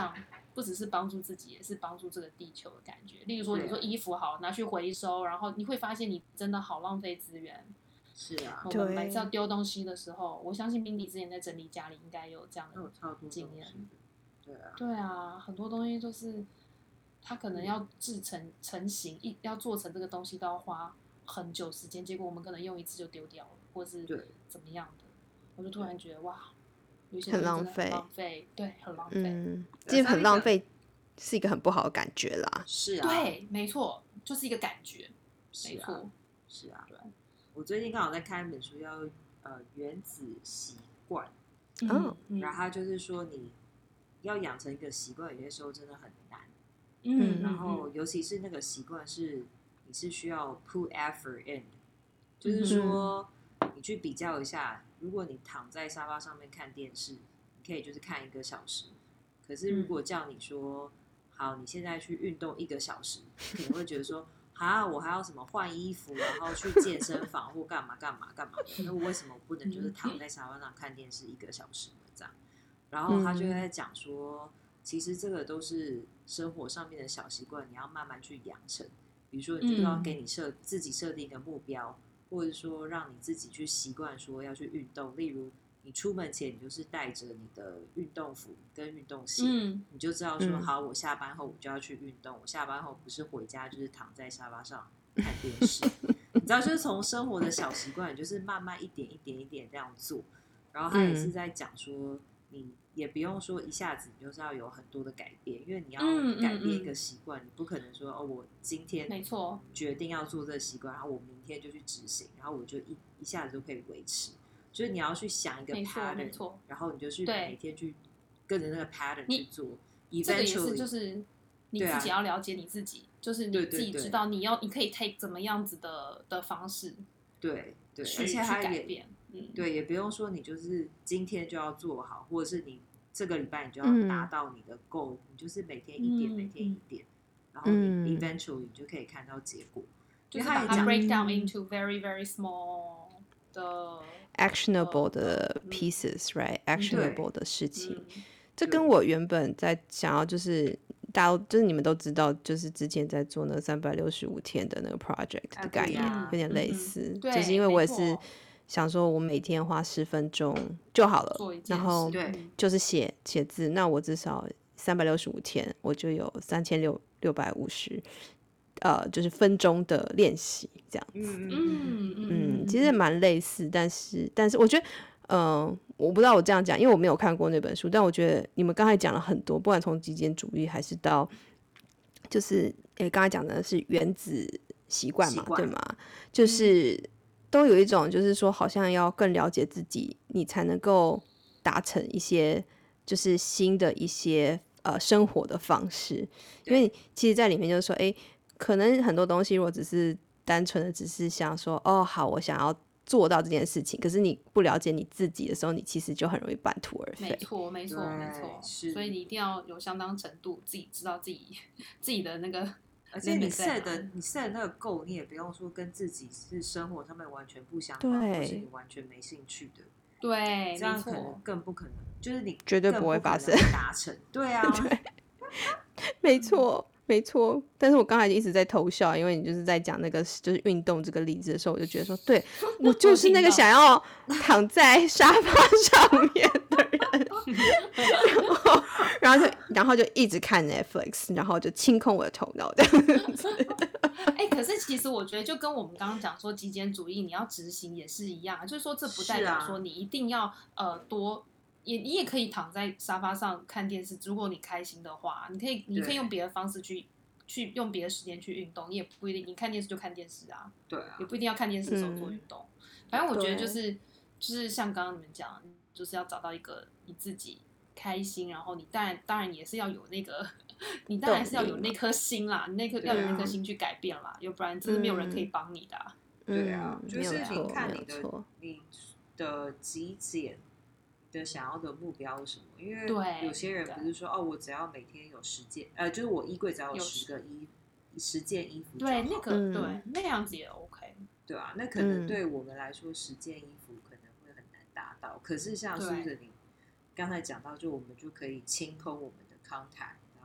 不只是帮助自己，也是帮助这个地球的感觉。例如说，你说衣服好拿去回收，然后你会发现你真的好浪费资源。
是啊，
我们每次要丢东西的时候，我相信Mindy之前在整理家里应该有这样的经验。
对啊，
对啊，很多东西都是它可能要制成成型，一要做成这个东西都要花很久时间，结果我们可能用一次就丢掉了，或是怎么样的。我就突然觉得哇，有些东西真的很浪费，对，很浪费。
嗯，其实很浪费是一个很不好的感觉啦。
是啊，
对，没错，就是一个感觉，没错，
是啊。对，我最近刚好在看一本书，叫呃《原子习惯》，
嗯，
然后它就是说你要养成一个习惯，有些时候真的很难。
嗯，
然后尤其是那个习惯是你是需要 put effort in， 就是说你去比较一下，如果你躺在沙发上面看电视，你可以就是看一个小时，可是如果叫你说，好，你现在去运动一个小时，可能会觉得说，啊，我还要什么换衣服，然后去健身房或干嘛干嘛干嘛的，那我为什么不能就是躺在沙发上看电视一个小时呢？这样，然后他就在讲说，其实这个都是生活上面的小习惯，你要慢慢去养成。比如说，你就是要给你设自己设定一个目标，或者说让你自己去习惯说要去运动。例如，你出门前你就是带着你的运动服跟运动鞋，
嗯、
你就知道说，好，我下班后我就要去运动。我下班后不是回家就是躺在沙发上看电视。你知道，就是从生活的小习惯，就是慢慢一点一点一点这样做。然后他也是在讲说，你也不用说一下子你就是要有很多的改变，因为你要改变一个习惯，嗯嗯嗯，你不可能说哦，我今天
没错
决定要做这个习惯，然后我明天就去执行，然后我就一一下子就可以维持。就是你要去想一个 pattern， 然后你就去每天去跟着那个 pattern 去做。
这个也是就是你自己要了解你自己，啊、就是你自己知道你要你可以 take 怎么样子的的方式，
对对，
去
而且还
改变。嗯，
对，也不用说你就是今天就要做好，或者是你这个礼拜你就要达到你的 goal，、嗯、你就是每天一点，嗯、每天一点，然后你 eventually 你就可以看到结果。
就是把它 break down into very very small 的
actionable 的 pieces，right？actionable、嗯、的事情，
嗯、
这跟我原本在想要就是大家就是你们都知道，就是之前在做那个三百六十五天的那个 project 的概念，
啊、
有点类似、
嗯，
就是因为我也是想说，我每天花十分钟就好了，然后就是写写字，那我至少三百六十五天，我就有三千六六百五十。呃，就是分钟的练习这样子，
嗯嗯
嗯，其实蛮类似，但是但是我觉得，嗯、呃，我不知道我这样讲，因为我没有看过那本书，但我觉得你们刚才讲了很多，不管从极简主义还是到，就是诶，刚才讲的是原子习惯嘛，对吗？就是都有一种，就是说好像要更了解自己，你才能够达成一些就是新的一些呃生活的方式，因为其实在里面就是说，哎。可能很多东西，如果只是单纯的只是想说，哦，好，我想要做到这件事情，可是你不了解你自己的时候，你其实就很容易半途而废。
没错，没错，没错。所以你一定要有相当程度，自己知道自己自己的那个，
而且你 set 的你 set 的那个 goal， 你也不用说跟自己是生活上面完全不相关，或是你完全没兴趣的。
对，
这样可能更不可能，就是你
绝对不会发生
达成。对啊，
对，没错。没错，但是我刚才一直在偷笑，因为你就是在讲那个就是运动这个例子的时候，我就觉得说，对我就是那个想要躺在沙发上面的人，然后然后就然后就一直看 Netflix， 然后就清空我的头脑这样子。
哎、欸，可是其实我觉得就跟我们刚刚讲说极简主义，你要执行也是一样，就是说这不代表说你一定要、啊、呃多。也你也可以躺在沙发上看电视，如果你开心的话，你可以你可以用别的方式去去用别的时间去运动，你也不一定你看电视就看电视啊，
对啊，
也不一定要看电视的时候做运动。嗯、反正我觉得就是就是像刚刚你们讲，就是要找到一个你自己开心，然后你当然当然也是要有那个，你当然是要有那颗心啦，你那颗要有那颗心去改变啦，要不然真的没有人可以帮你的、啊
嗯。对啊，就是你看你的你的极简。的想要的目标是什么？因为有些人不是说哦，我只要每天有十件，呃，就是我衣柜只要有十个衣十件衣服就好，
对，那个、嗯、对那样子也 OK，
对啊，那可能对我们来说，十件衣服可能会很难达到。可是像Susan你刚才讲到，就我们就可以清空我们的 contact，然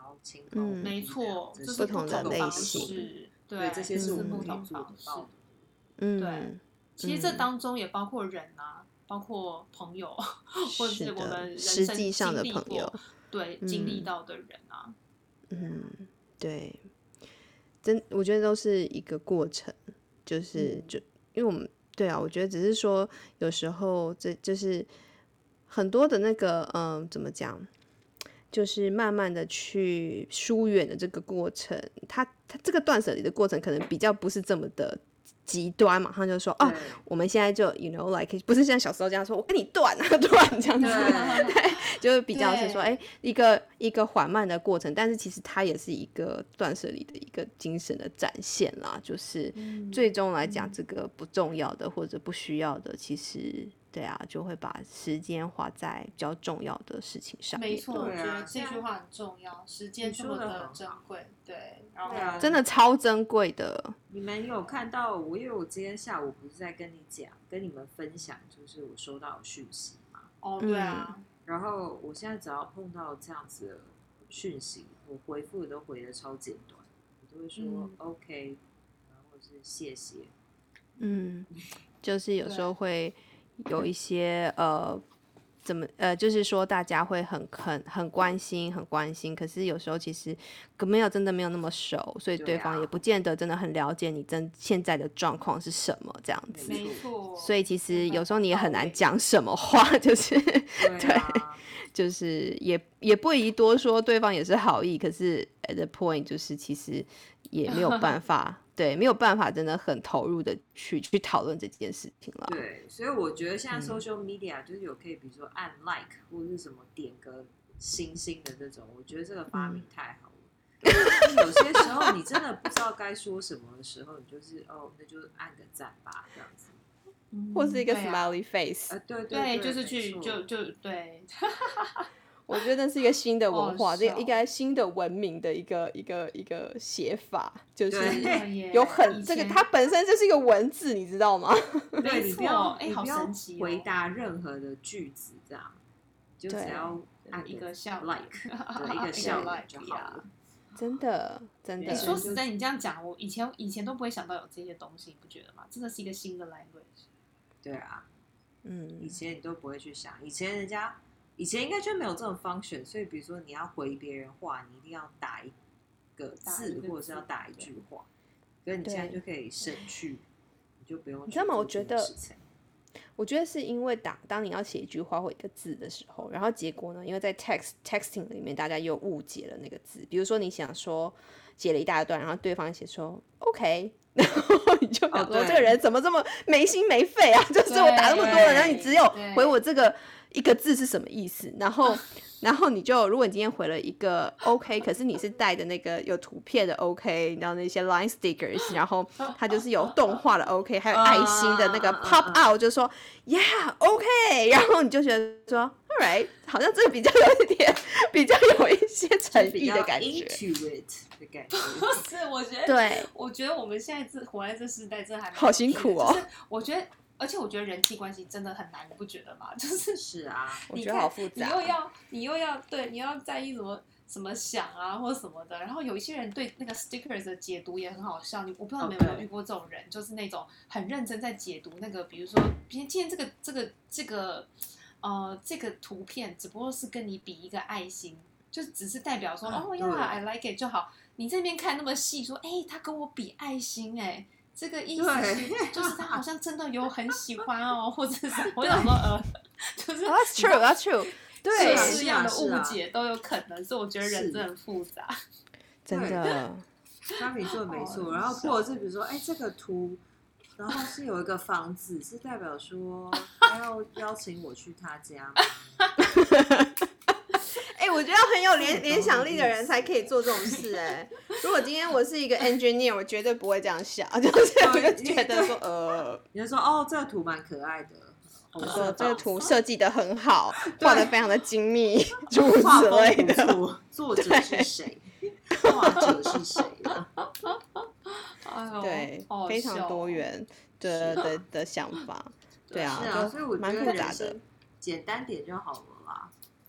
后轻飘
嗯
没错，这是
不同的类
方
型
式，
对，这些是我
不
们可以
同
做得
方式
到的。
嗯，
对，其实这当中也包括人啊，包括朋友，或者是我们人
实
生
际上的
经历
朋友
过，对，经历到的人啊，
嗯，对，真我觉得都是一个过程，就是就因为我们对啊，我觉得只是说有时候这就是很多的那个嗯、呃怎么讲，就是慢慢的去疏远的这个过程，它它这个断舍离的过程可能比较不是这么的极端，马上就说哦，我们现在就 you know like 不是像小时候这样说，我跟你断啊断这样子，对，就是比较是说，哎，一个一个缓慢的过程，但是其实它也是一个断舍离的一个精神的展现啦，就是最终来讲，这个不重要的或者不需要的，其实。对啊，就会把时间花在比较重要的事情上面。
没错，我
对啊
觉得这句话很重要，时间这么的珍贵，对，然后
对啊
真的超珍贵的。
你们有看到我？因为我今天下午不是在跟你讲，跟你们分享，就是我收到的讯息嘛。
哦，对啊。
嗯、然后我现在只要碰到这样子的讯息，我回复都回的超简短，我都会说、嗯、OK， 然后是谢谢。
嗯，就是有时候会有一些呃。怎么呃，就是说大家会很很很关心，很关心，可是有时候其实没有真的没有那么熟，所以对方也不见得真的很了解你真现在的状况是什么这样子。
没错。
所以其实有时候你也很难讲什么话，就是
对、啊，
就是也也不宜多说，对方也是好意，可是 at the point 就是其实也没有办法。对，没有办法真的很投入的去去讨论这件事情了。
对，所以我觉得现在 social media 就是有可以，比如说按 like 或者是什么点个星星的这种，我觉得这个发明太好了。嗯、有些时候你真的不知道该说什么的时候，你就是哦，那就按个赞吧，这样子。
或是一个 smiley face，、
啊、对
对
对,
对，就是去就就对。
我觉得那是一个新的文化，这、
哦、
应该新的文明的一个一个一个写法，就是有很这个它本身就是一个文字，你知道吗？
对，你不要
哎，
你不要回答
哦、
任何的句子，这样就只要按
一个笑
like， 对，一个笑脸就好了。
真的真的，
你说实在，你这样讲，我以前以前都不会想到有这些东西，你不觉得吗？真的是一个新的 language。
对啊，
嗯，
以前你都不会去想，以前人家。以前应该就没有这种 function， 所以比如说你要回别人话，你一定要打一个字，或者是要打一句话。可是你现在就可以省去，你就不用。
你知道吗？我觉得，我觉得是因为当当你要写一句话或一个字的时候，然后结果呢，因为在 text texting 里面，大家又误解了那个字。比如说你想说写了一大段，然后对方写说 OK。然后你就想说，这个人怎么这么没心没肺啊？就是我打那么多人，然后你只有回我这个一个字是什么意思？然后，然后你就，如果你今天回了一个 OK， 可是你是带的那个有图片的 OK， 然后那些 line stickers， 然后它就是有动画的 OK， 还有爱心的那个 pop out， 就说 Yeah OK， 然后你就觉得说 All right， 好像这个比较有一点，比较有一些诚意的感觉。
的感觉
不是，我觉得，对，我觉得我们现在这活在这世代，真的还
好辛苦哦。
就是我觉得，而且我觉得人际关系真的很难，你不觉得吗？就是
是啊，
我觉得好复杂。
你又要，你又要对，你要在意什么什么想啊，或者什么的。然后有一些人对那个 stickers 的解读也很好笑，你我不知道你们有没有遇过这种人， okay. 就是那种很认真在解读那个，比如说今天这个这个这个呃这个图片，只不过是跟你比一个爱心。就只是代表说哦呀、oh, ，I like it 就好。你这边看那么细，说哎、欸，他跟我比爱心、欸，哎，这个意思是就是他好像真的有很喜欢哦，或者是我想说呃，就是
That's true, that's true， 对，
各式样的误解都有可能，所以我觉得人真的很复杂，
真的。
他没错没错，然后或者是比如说哎、欸，这个图，然后是有一个房子，是代表说他要邀请我去他家吗？
哎、欸，我觉得很有联联想力的人才可以做这种事哎、欸。如果今天我是一个 engineer， 我绝对不会这样想，就是我就觉得说，呃，
你就说哦，这个图蛮可爱的，
我说这个图设计的很好，画的非常的精密，诸如此类的。
作者是谁？画者是谁？
对，非常多元的的的想法，对啊，
是啊，所以我觉得
蛮复杂的。
简单点就好了啦。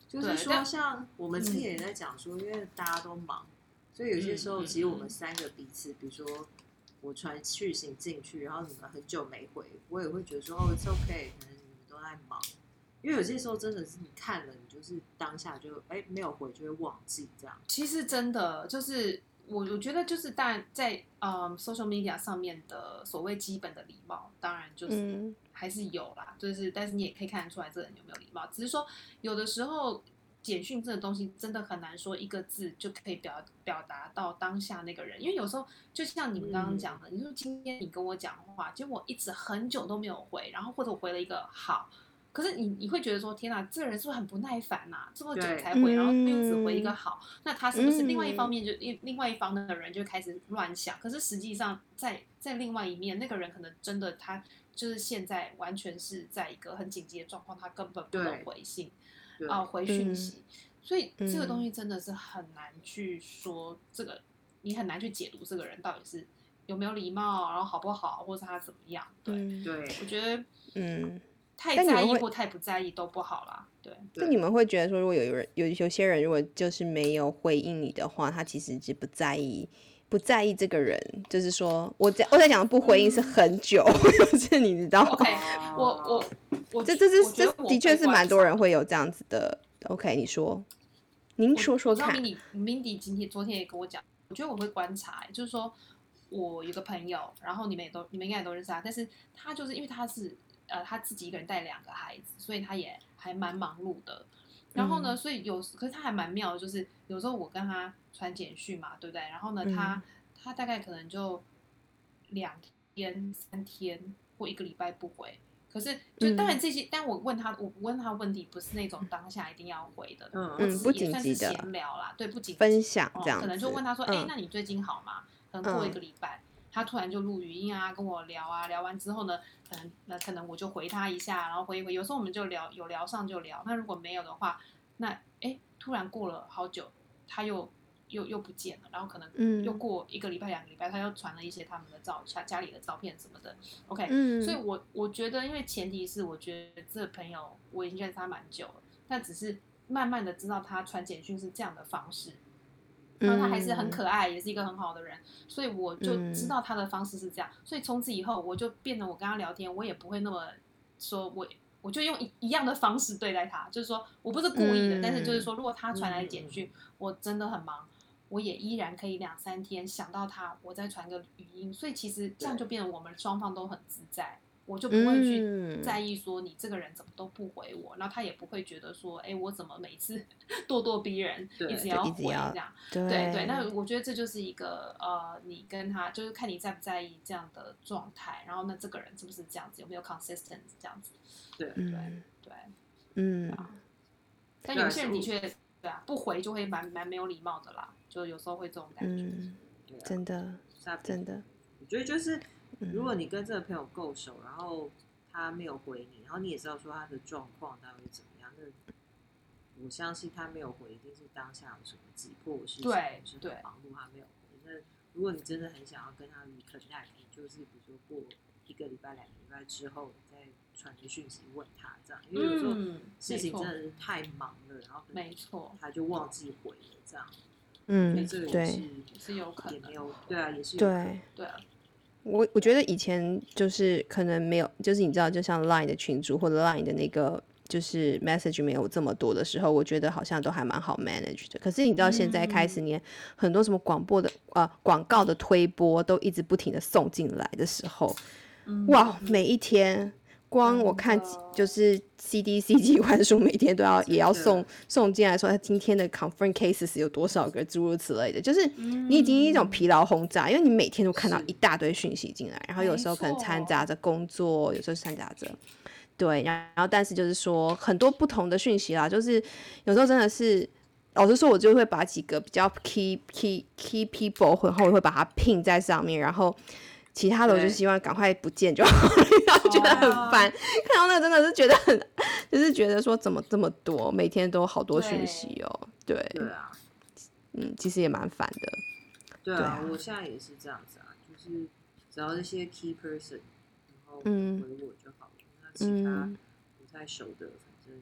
就是说像我们之前也在讲说，因为大家都忙，所以有些时候其实我们三个彼此，比如说我传讯息进去，然后你们很久没回，我也会觉得说哦 ，it's okay， 可能你们都在忙。因为有些时候真的是你看了，你就是当下就哎没有回就会忘记这样。
其实真的就是我我觉得就是当然在嗯 social media 上面的所谓基本的礼貌，当然就是还是有啦，就是但是你也可以看得出来这个人有没有礼貌。只是说有的时候简讯这个东西真的很难说一个字就可以表表达到当下那个人，因为有时候就像你们刚刚讲的，嗯、你说今天你跟我讲话，结果我一直很久都没有回，然后或者我回了一个好。可是你你会觉得说天哪，这个人是不是很不耐烦呐、啊？这么久才回，然后又只回一个好，嗯、那他是不是另外一方面就另外一方的人就开始乱想？可是实际上在在另外一面，那个人可能真的他就是现在完全是在一个很紧急的状况，他根本不能回信啊、呃、回讯息，嗯、所以这个东西真的是很难去说这个，你很难去解读这个人到底是有没有礼貌，然后好不好，或是他怎么样？对，
嗯、
对，
我觉得
嗯。
太在意或太不在意都不好啦，对。
那你们会觉得说，如果有人有有些人如果就是没有回应你的话，他其实是不在意不在意这个人，就是说我在我在讲的不回应是很久，就是你知道吗
？OK， 我我我
这这是这的确是蛮多人会有这样子的。OK， 你说，您说说看。
我知道 Mindy Mindy 今天昨天也跟我讲，我觉得我会观察、欸，就是说我有个朋友，然后你们也都你们应该也都认识他，但是他就是因为他是。呃，他自己一个人带两个孩子，所以他也还蛮忙碌的。然后呢，嗯、所以有，可是他还蛮妙的，就是有时候我跟他传简讯嘛，对不对？然后呢，他、嗯、他大概可能就两天、三天或一个礼拜不回。可是，就当然这些，嗯、但我问他，我问他问题不是那种当下一定要回的，
嗯，
我只是也算是闲聊啦，对，不紧急
分享这样、
嗯，可能就问他说，哎、嗯欸，那你最近好吗？可能过一个礼拜。嗯他突然就录语音啊，跟我聊啊，聊完之后呢，可能那可能我就回他一下，然后回一回。有时候我们就聊，有聊上就聊。那如果没有的话，那哎，突然过了好久，他又又又不见了，然后可能又过一个礼拜、两个礼拜，他又传了一些他们的照家家里的照片什么的。OK，、嗯、所以我我觉得，因为前提是我觉得这个朋友我已经认识他蛮久了，但只是慢慢的知道他传简讯是这样的方式。然后他还是很可爱，嗯、也是一个很好的人，所以我就知道他的方式是这样，嗯、所以从此以后我就变得我跟他聊天，我也不会那么说我我就用一一样的方式对待他，就是说我不是故意的，嗯、但是就是说如果他传来简讯，嗯、我真的很忙，我也依然可以两三天想到他，我再传个语音，所以其实这样就变成我们双方都很自在。我就不会去在意说你这个人怎么都不回我，然后他也不会觉得说，哎，我怎么每次咄咄逼人，一直要回这样，对 对, 对。那我觉得这就是一个呃，你跟他就是看你在不在意这样的状态，然后那这个人是不是这样子，有没有 consistent 这样子，
对
对对，
嗯。
啊、但有些人的确对啊，不回就会蛮蛮没有礼貌的啦，就有时候会这种感觉，
嗯、真的真的，
我觉得就是。如果你跟这个朋友够熟，然后他没有回你，然后你也知道说他的状况到底怎么样，那我相信他没有回，一定是当下有什么急迫事情，
对
对，忙碌他没有回。那如果你真的很想要跟他 reconnect，你就是比如说过一个礼拜、两个礼拜之后，你再传个讯息问他这样，因为有时候事情真的是太忙了，然后
没错，
他就忘记回了这样。
嗯，
所以这个也是
也是有可能，
也没有对啊，也是有可能
对啊。
我我觉得以前就是可能没有，就是你知道，就像 Line 的群组或者 Line 的那个就是 message 没有这么多的时候，我觉得好像都还蛮好 manage 的。可是你知道现在开始，连很多什么广播的呃广告的推播都一直不停的送进来的时候，嗯、哇，每一天。光我看就是 C D C 疾管署每天都要也要送送进来说他今天的 confirm cases 有多少个诸如此类的，就是你已经一种疲劳轰炸，因为你每天都看到一大堆讯息进来，然后有时候可能掺杂着工作，有时候掺杂着对，然后但是就是说很多不同的讯息啦，就是有时候真的是老实说，我就会把几个比较 key key key people 然后我会把它拼在上面，然后。其他的我就希望赶快不见就好，然后觉得很烦，看到那个真的是觉得很，就是觉得说怎么这么多，每天都好多讯息哦，对，
对啊，
嗯，其实也蛮烦的，
对啊，对啊，我现在也是这样子啊，就是只要那些 key person，然后回我就好了，嗯、那其他不太熟的，反正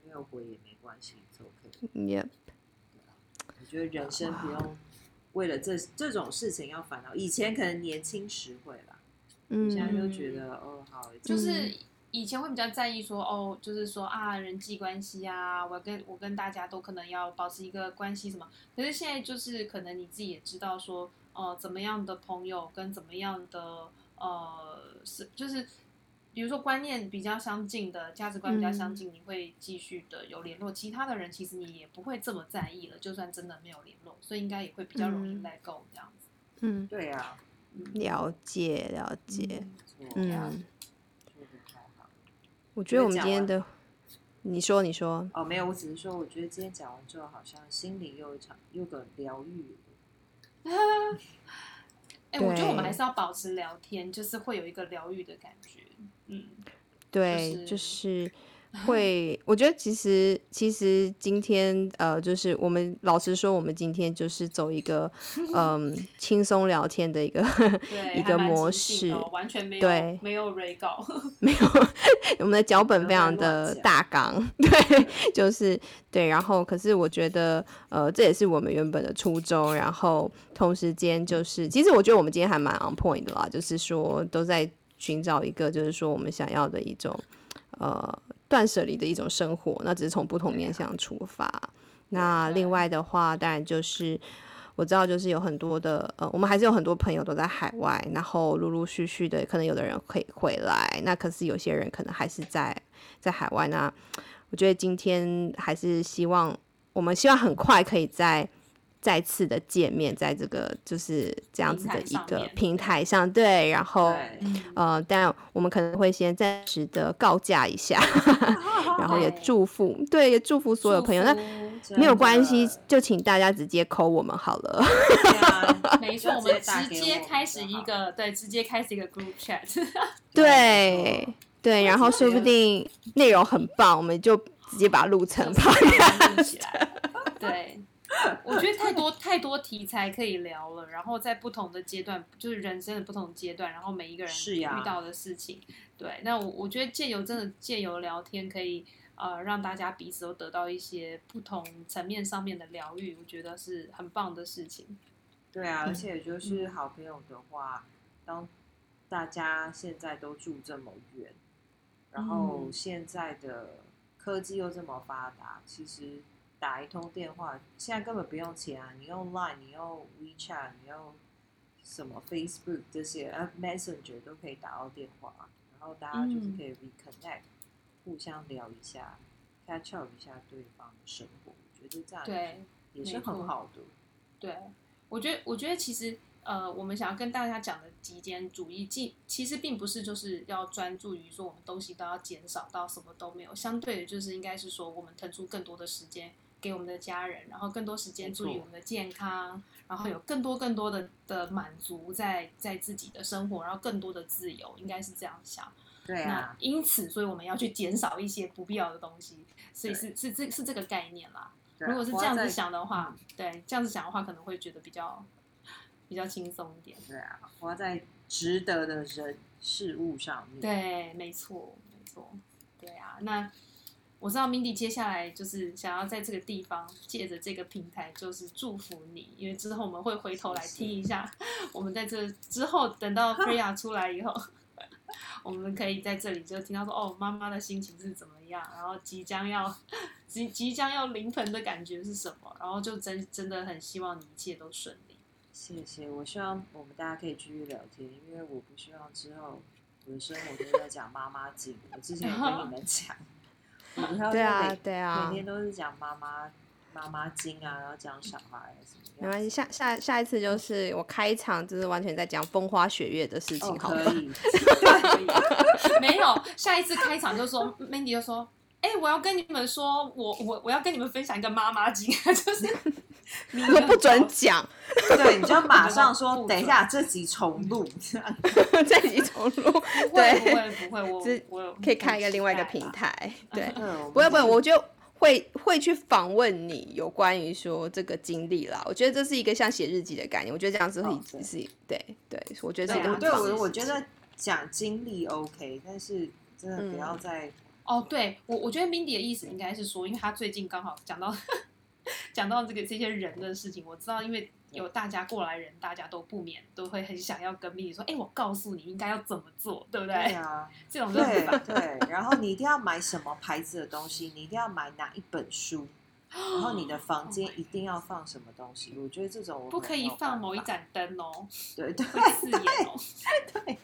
没有回也没关系 ，it's OK。
Yep。
我觉得人生不用为了这这种事情要烦恼。以前可能年轻时会啦，嗯，现在就觉得哦好，
就是以前会比较在意说哦，就是说啊人际关系啊，我跟我跟大家都可能要保持一个关系什么。可是现在就是可能你自己也知道说，呃，怎么样的朋友跟怎么样的呃是就是。比如说观念比较相近的，价值观比较相近，你会继续的有联络。其他的人其实你也不会这么在意了，就算真的没有联络，所以应该也会比较容易 let go 这样子。
嗯，
对啊，
了解了解，
嗯，
嗯，
说的太好。
我觉得我们今天的，你说你说
哦，没有，我只是说，我觉得今天讲完之后，好像心里又一场又个疗愈。
哎、欸，我觉得我们还是要保持聊天，就是会有一个疗愈的感觉。嗯，
对，
就是、
就是会，我觉得其实其实今天呃，就是我们老实说，我们今天就是走一个嗯轻松聊天的一个一个模式，
哦、完全没有
对，
没有 re 稿，
没有，我们的脚本非常的大纲，对，就是对，然后可是我觉得呃，这也是我们原本的初衷，然后同时间就是，其实我觉得我们今天还蛮 on point 的啦，就是说都在寻找一个就是说我们想要的一种呃断舍离的一种生活，那只是从不同面向出发。那另外的话，当然就是我知道，就是有很多的呃，我们还是有很多朋友都在海外，然后陆陆续续的，可能有的人可以回来，那可是有些人可能还是在在海外。那我觉得今天还是希望我们希望很快可以在。再次的见面，在这个就是这样子的一个平台上，对，然后呃，但我们可能会先暂时的告假一下，然后也祝福，对，也祝福所有朋友。那没有关系，就请大家直接 call 我们好了。
对啊，
没错，我们直接开始一个，对，直接开始一个 group chat。
对对，然后说不定内容很棒，我们就直接把它录成 podcast
起来。对。我觉得太多太多题材可以聊了，然后在不同的阶段，就是人生的不同阶段，然后每一个人遇到的事情，对，那我我觉得借由真的借由聊天，可以呃让大家彼此都得到一些不同层面上面的疗愈，我觉得是很棒的事情。
对啊，而且就是好朋友的话，当大家现在都住这么远，然后现在的科技又这么发达，其实。打一通电话，现在根本不用钱啊！你用 Line， 你用 WeChat， 你用什么 Facebook 这些，呃 Messenger 都可以打到电话，然后大家就是可以 reconnect，、嗯、互相聊一下 ，catch up 一下对方的生活，我觉得这样
对
也是很好的。
对，我觉得我觉得其实呃，我们想要跟大家讲的极简主义，其实并不是就是要专注于说我们东西都要减少到什么都没有，相对的就是应该是说我们腾出更多的时间。给我们的家人，然后更多时间注意我们的健康，然后有更多更多的的满足在在自己的生活，然后更多的自由，应该是这样想。
对啊。
那因此，所以我们要去减少一些不必要的东西，所以是是这是这个概念啦。如果是这样子想的话，对，这样子想的话，可能会觉得比较比较轻松一点。
对啊，花在值得的人事物上面。
对，没错，没错，对啊，那。我知道 Mindy 接下来就是想要在这个地方借着这个平台，就是祝福你，因为之后我们会回头来听一下，我们在这之后等到 Freya 出来以后，我们可以在这里就听到说，哦，妈妈的心情是怎么样，然后即将要即即将要临盆的感觉是什么，然后就真真的很希望你一切都顺利。
谢谢，我希望我们大家可以继续聊天，因为我不希望之后我的生活都在讲妈妈经，我之前有跟你们讲。
对啊，对啊，
每天都是讲妈妈妈妈经啊，然后讲小孩什么。
没关系，下下下一次就是我开一场，就是完全在讲风花雪月的事情，
哦、
好吗？
可以，
可以。没有，下一次开场就说 Mandy 就说，哎、欸，我要跟你们说，我我我要跟你们分享一个妈妈经，就是
我不准讲，
对，你就马上说，等一下这集重录，
这集重录，
对，不会不会，我我
可以开一个另外一个平台，对，不会不会，我就会会去访问你有关于说这个经历啦。我觉得这是一个像写日记的概念，我觉得这样子会是、哦、对对，我觉得这样
对我我我觉得讲经历 OK， 但是真的不要再
哦，对我我觉得 Mindy 的意思应该是说，因为他最近刚好讲到讲到这个这些人的事情，我知道，因为有大家过来人，大家都不免都会很想要跟 Mindy 说，哎，我告诉你应该要怎么做，对不对？
对啊，
这种
对对，然后你一定要买什么牌子的东西，你一定要买哪一本书。然后你的房间一定要放什么东西？我觉得这种我
不可以放某一盏灯哦，
对对，
会刺眼哦。
对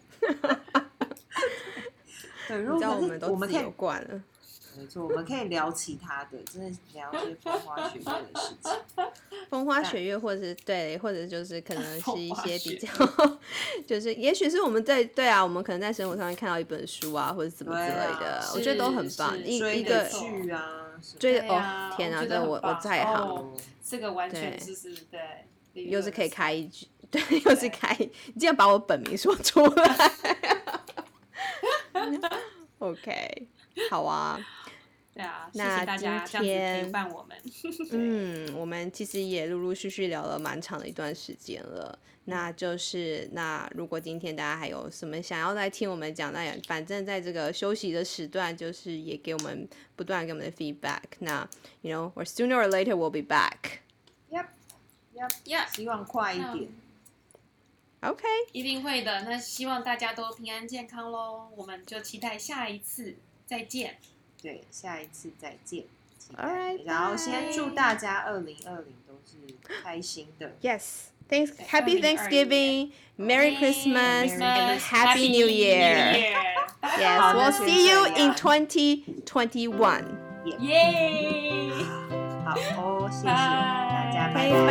对，如
你知道
果
我们都自
我们可以
由惯了。
没错，我们可以聊其他的，真的聊一些风花雪月的事情。
风花雪月，或者是对，或者就是可能是一些比较
风花雪，
就是也许是我们在对啊，我们可能在生活上面看到一本书啊，或者怎么之类的，
啊、
我觉得都很棒。
是
一一
追的
个
剧啊，
追
对啊
哦，天啊，
我觉得
这我
很棒
我在行，
哦这个完全就是对，
又是可以开一句，对，又是开，你竟然把我本名说出来。OK， 好啊。
对啊，谢
那
谢大家这样子陪伴我们。
嗯，我们其实也陆陆续续聊了蛮长的一段时间了。那就是那如果今天大家还有什么想要来听我们讲，那反正在这个休息的时段，就是也给我们不断给我们的 feedback。那 you know, or sooner or later we'll be back.
Yep, yep,
yep.
希望快一点。
OK，
一定会的。那希望大家都平安健康喽。我们就期待下一次再见。
对，下一次再见。
Alright,
然后先祝大家二零二零都是开心的。
Yes, thanks, Happy Thanksgiving,
Merry
Merry Christmas, and Happy New Year.
Yes,
we'll see you in twenty twenty-one.
耶！
好哦，谢谢大家，拜拜。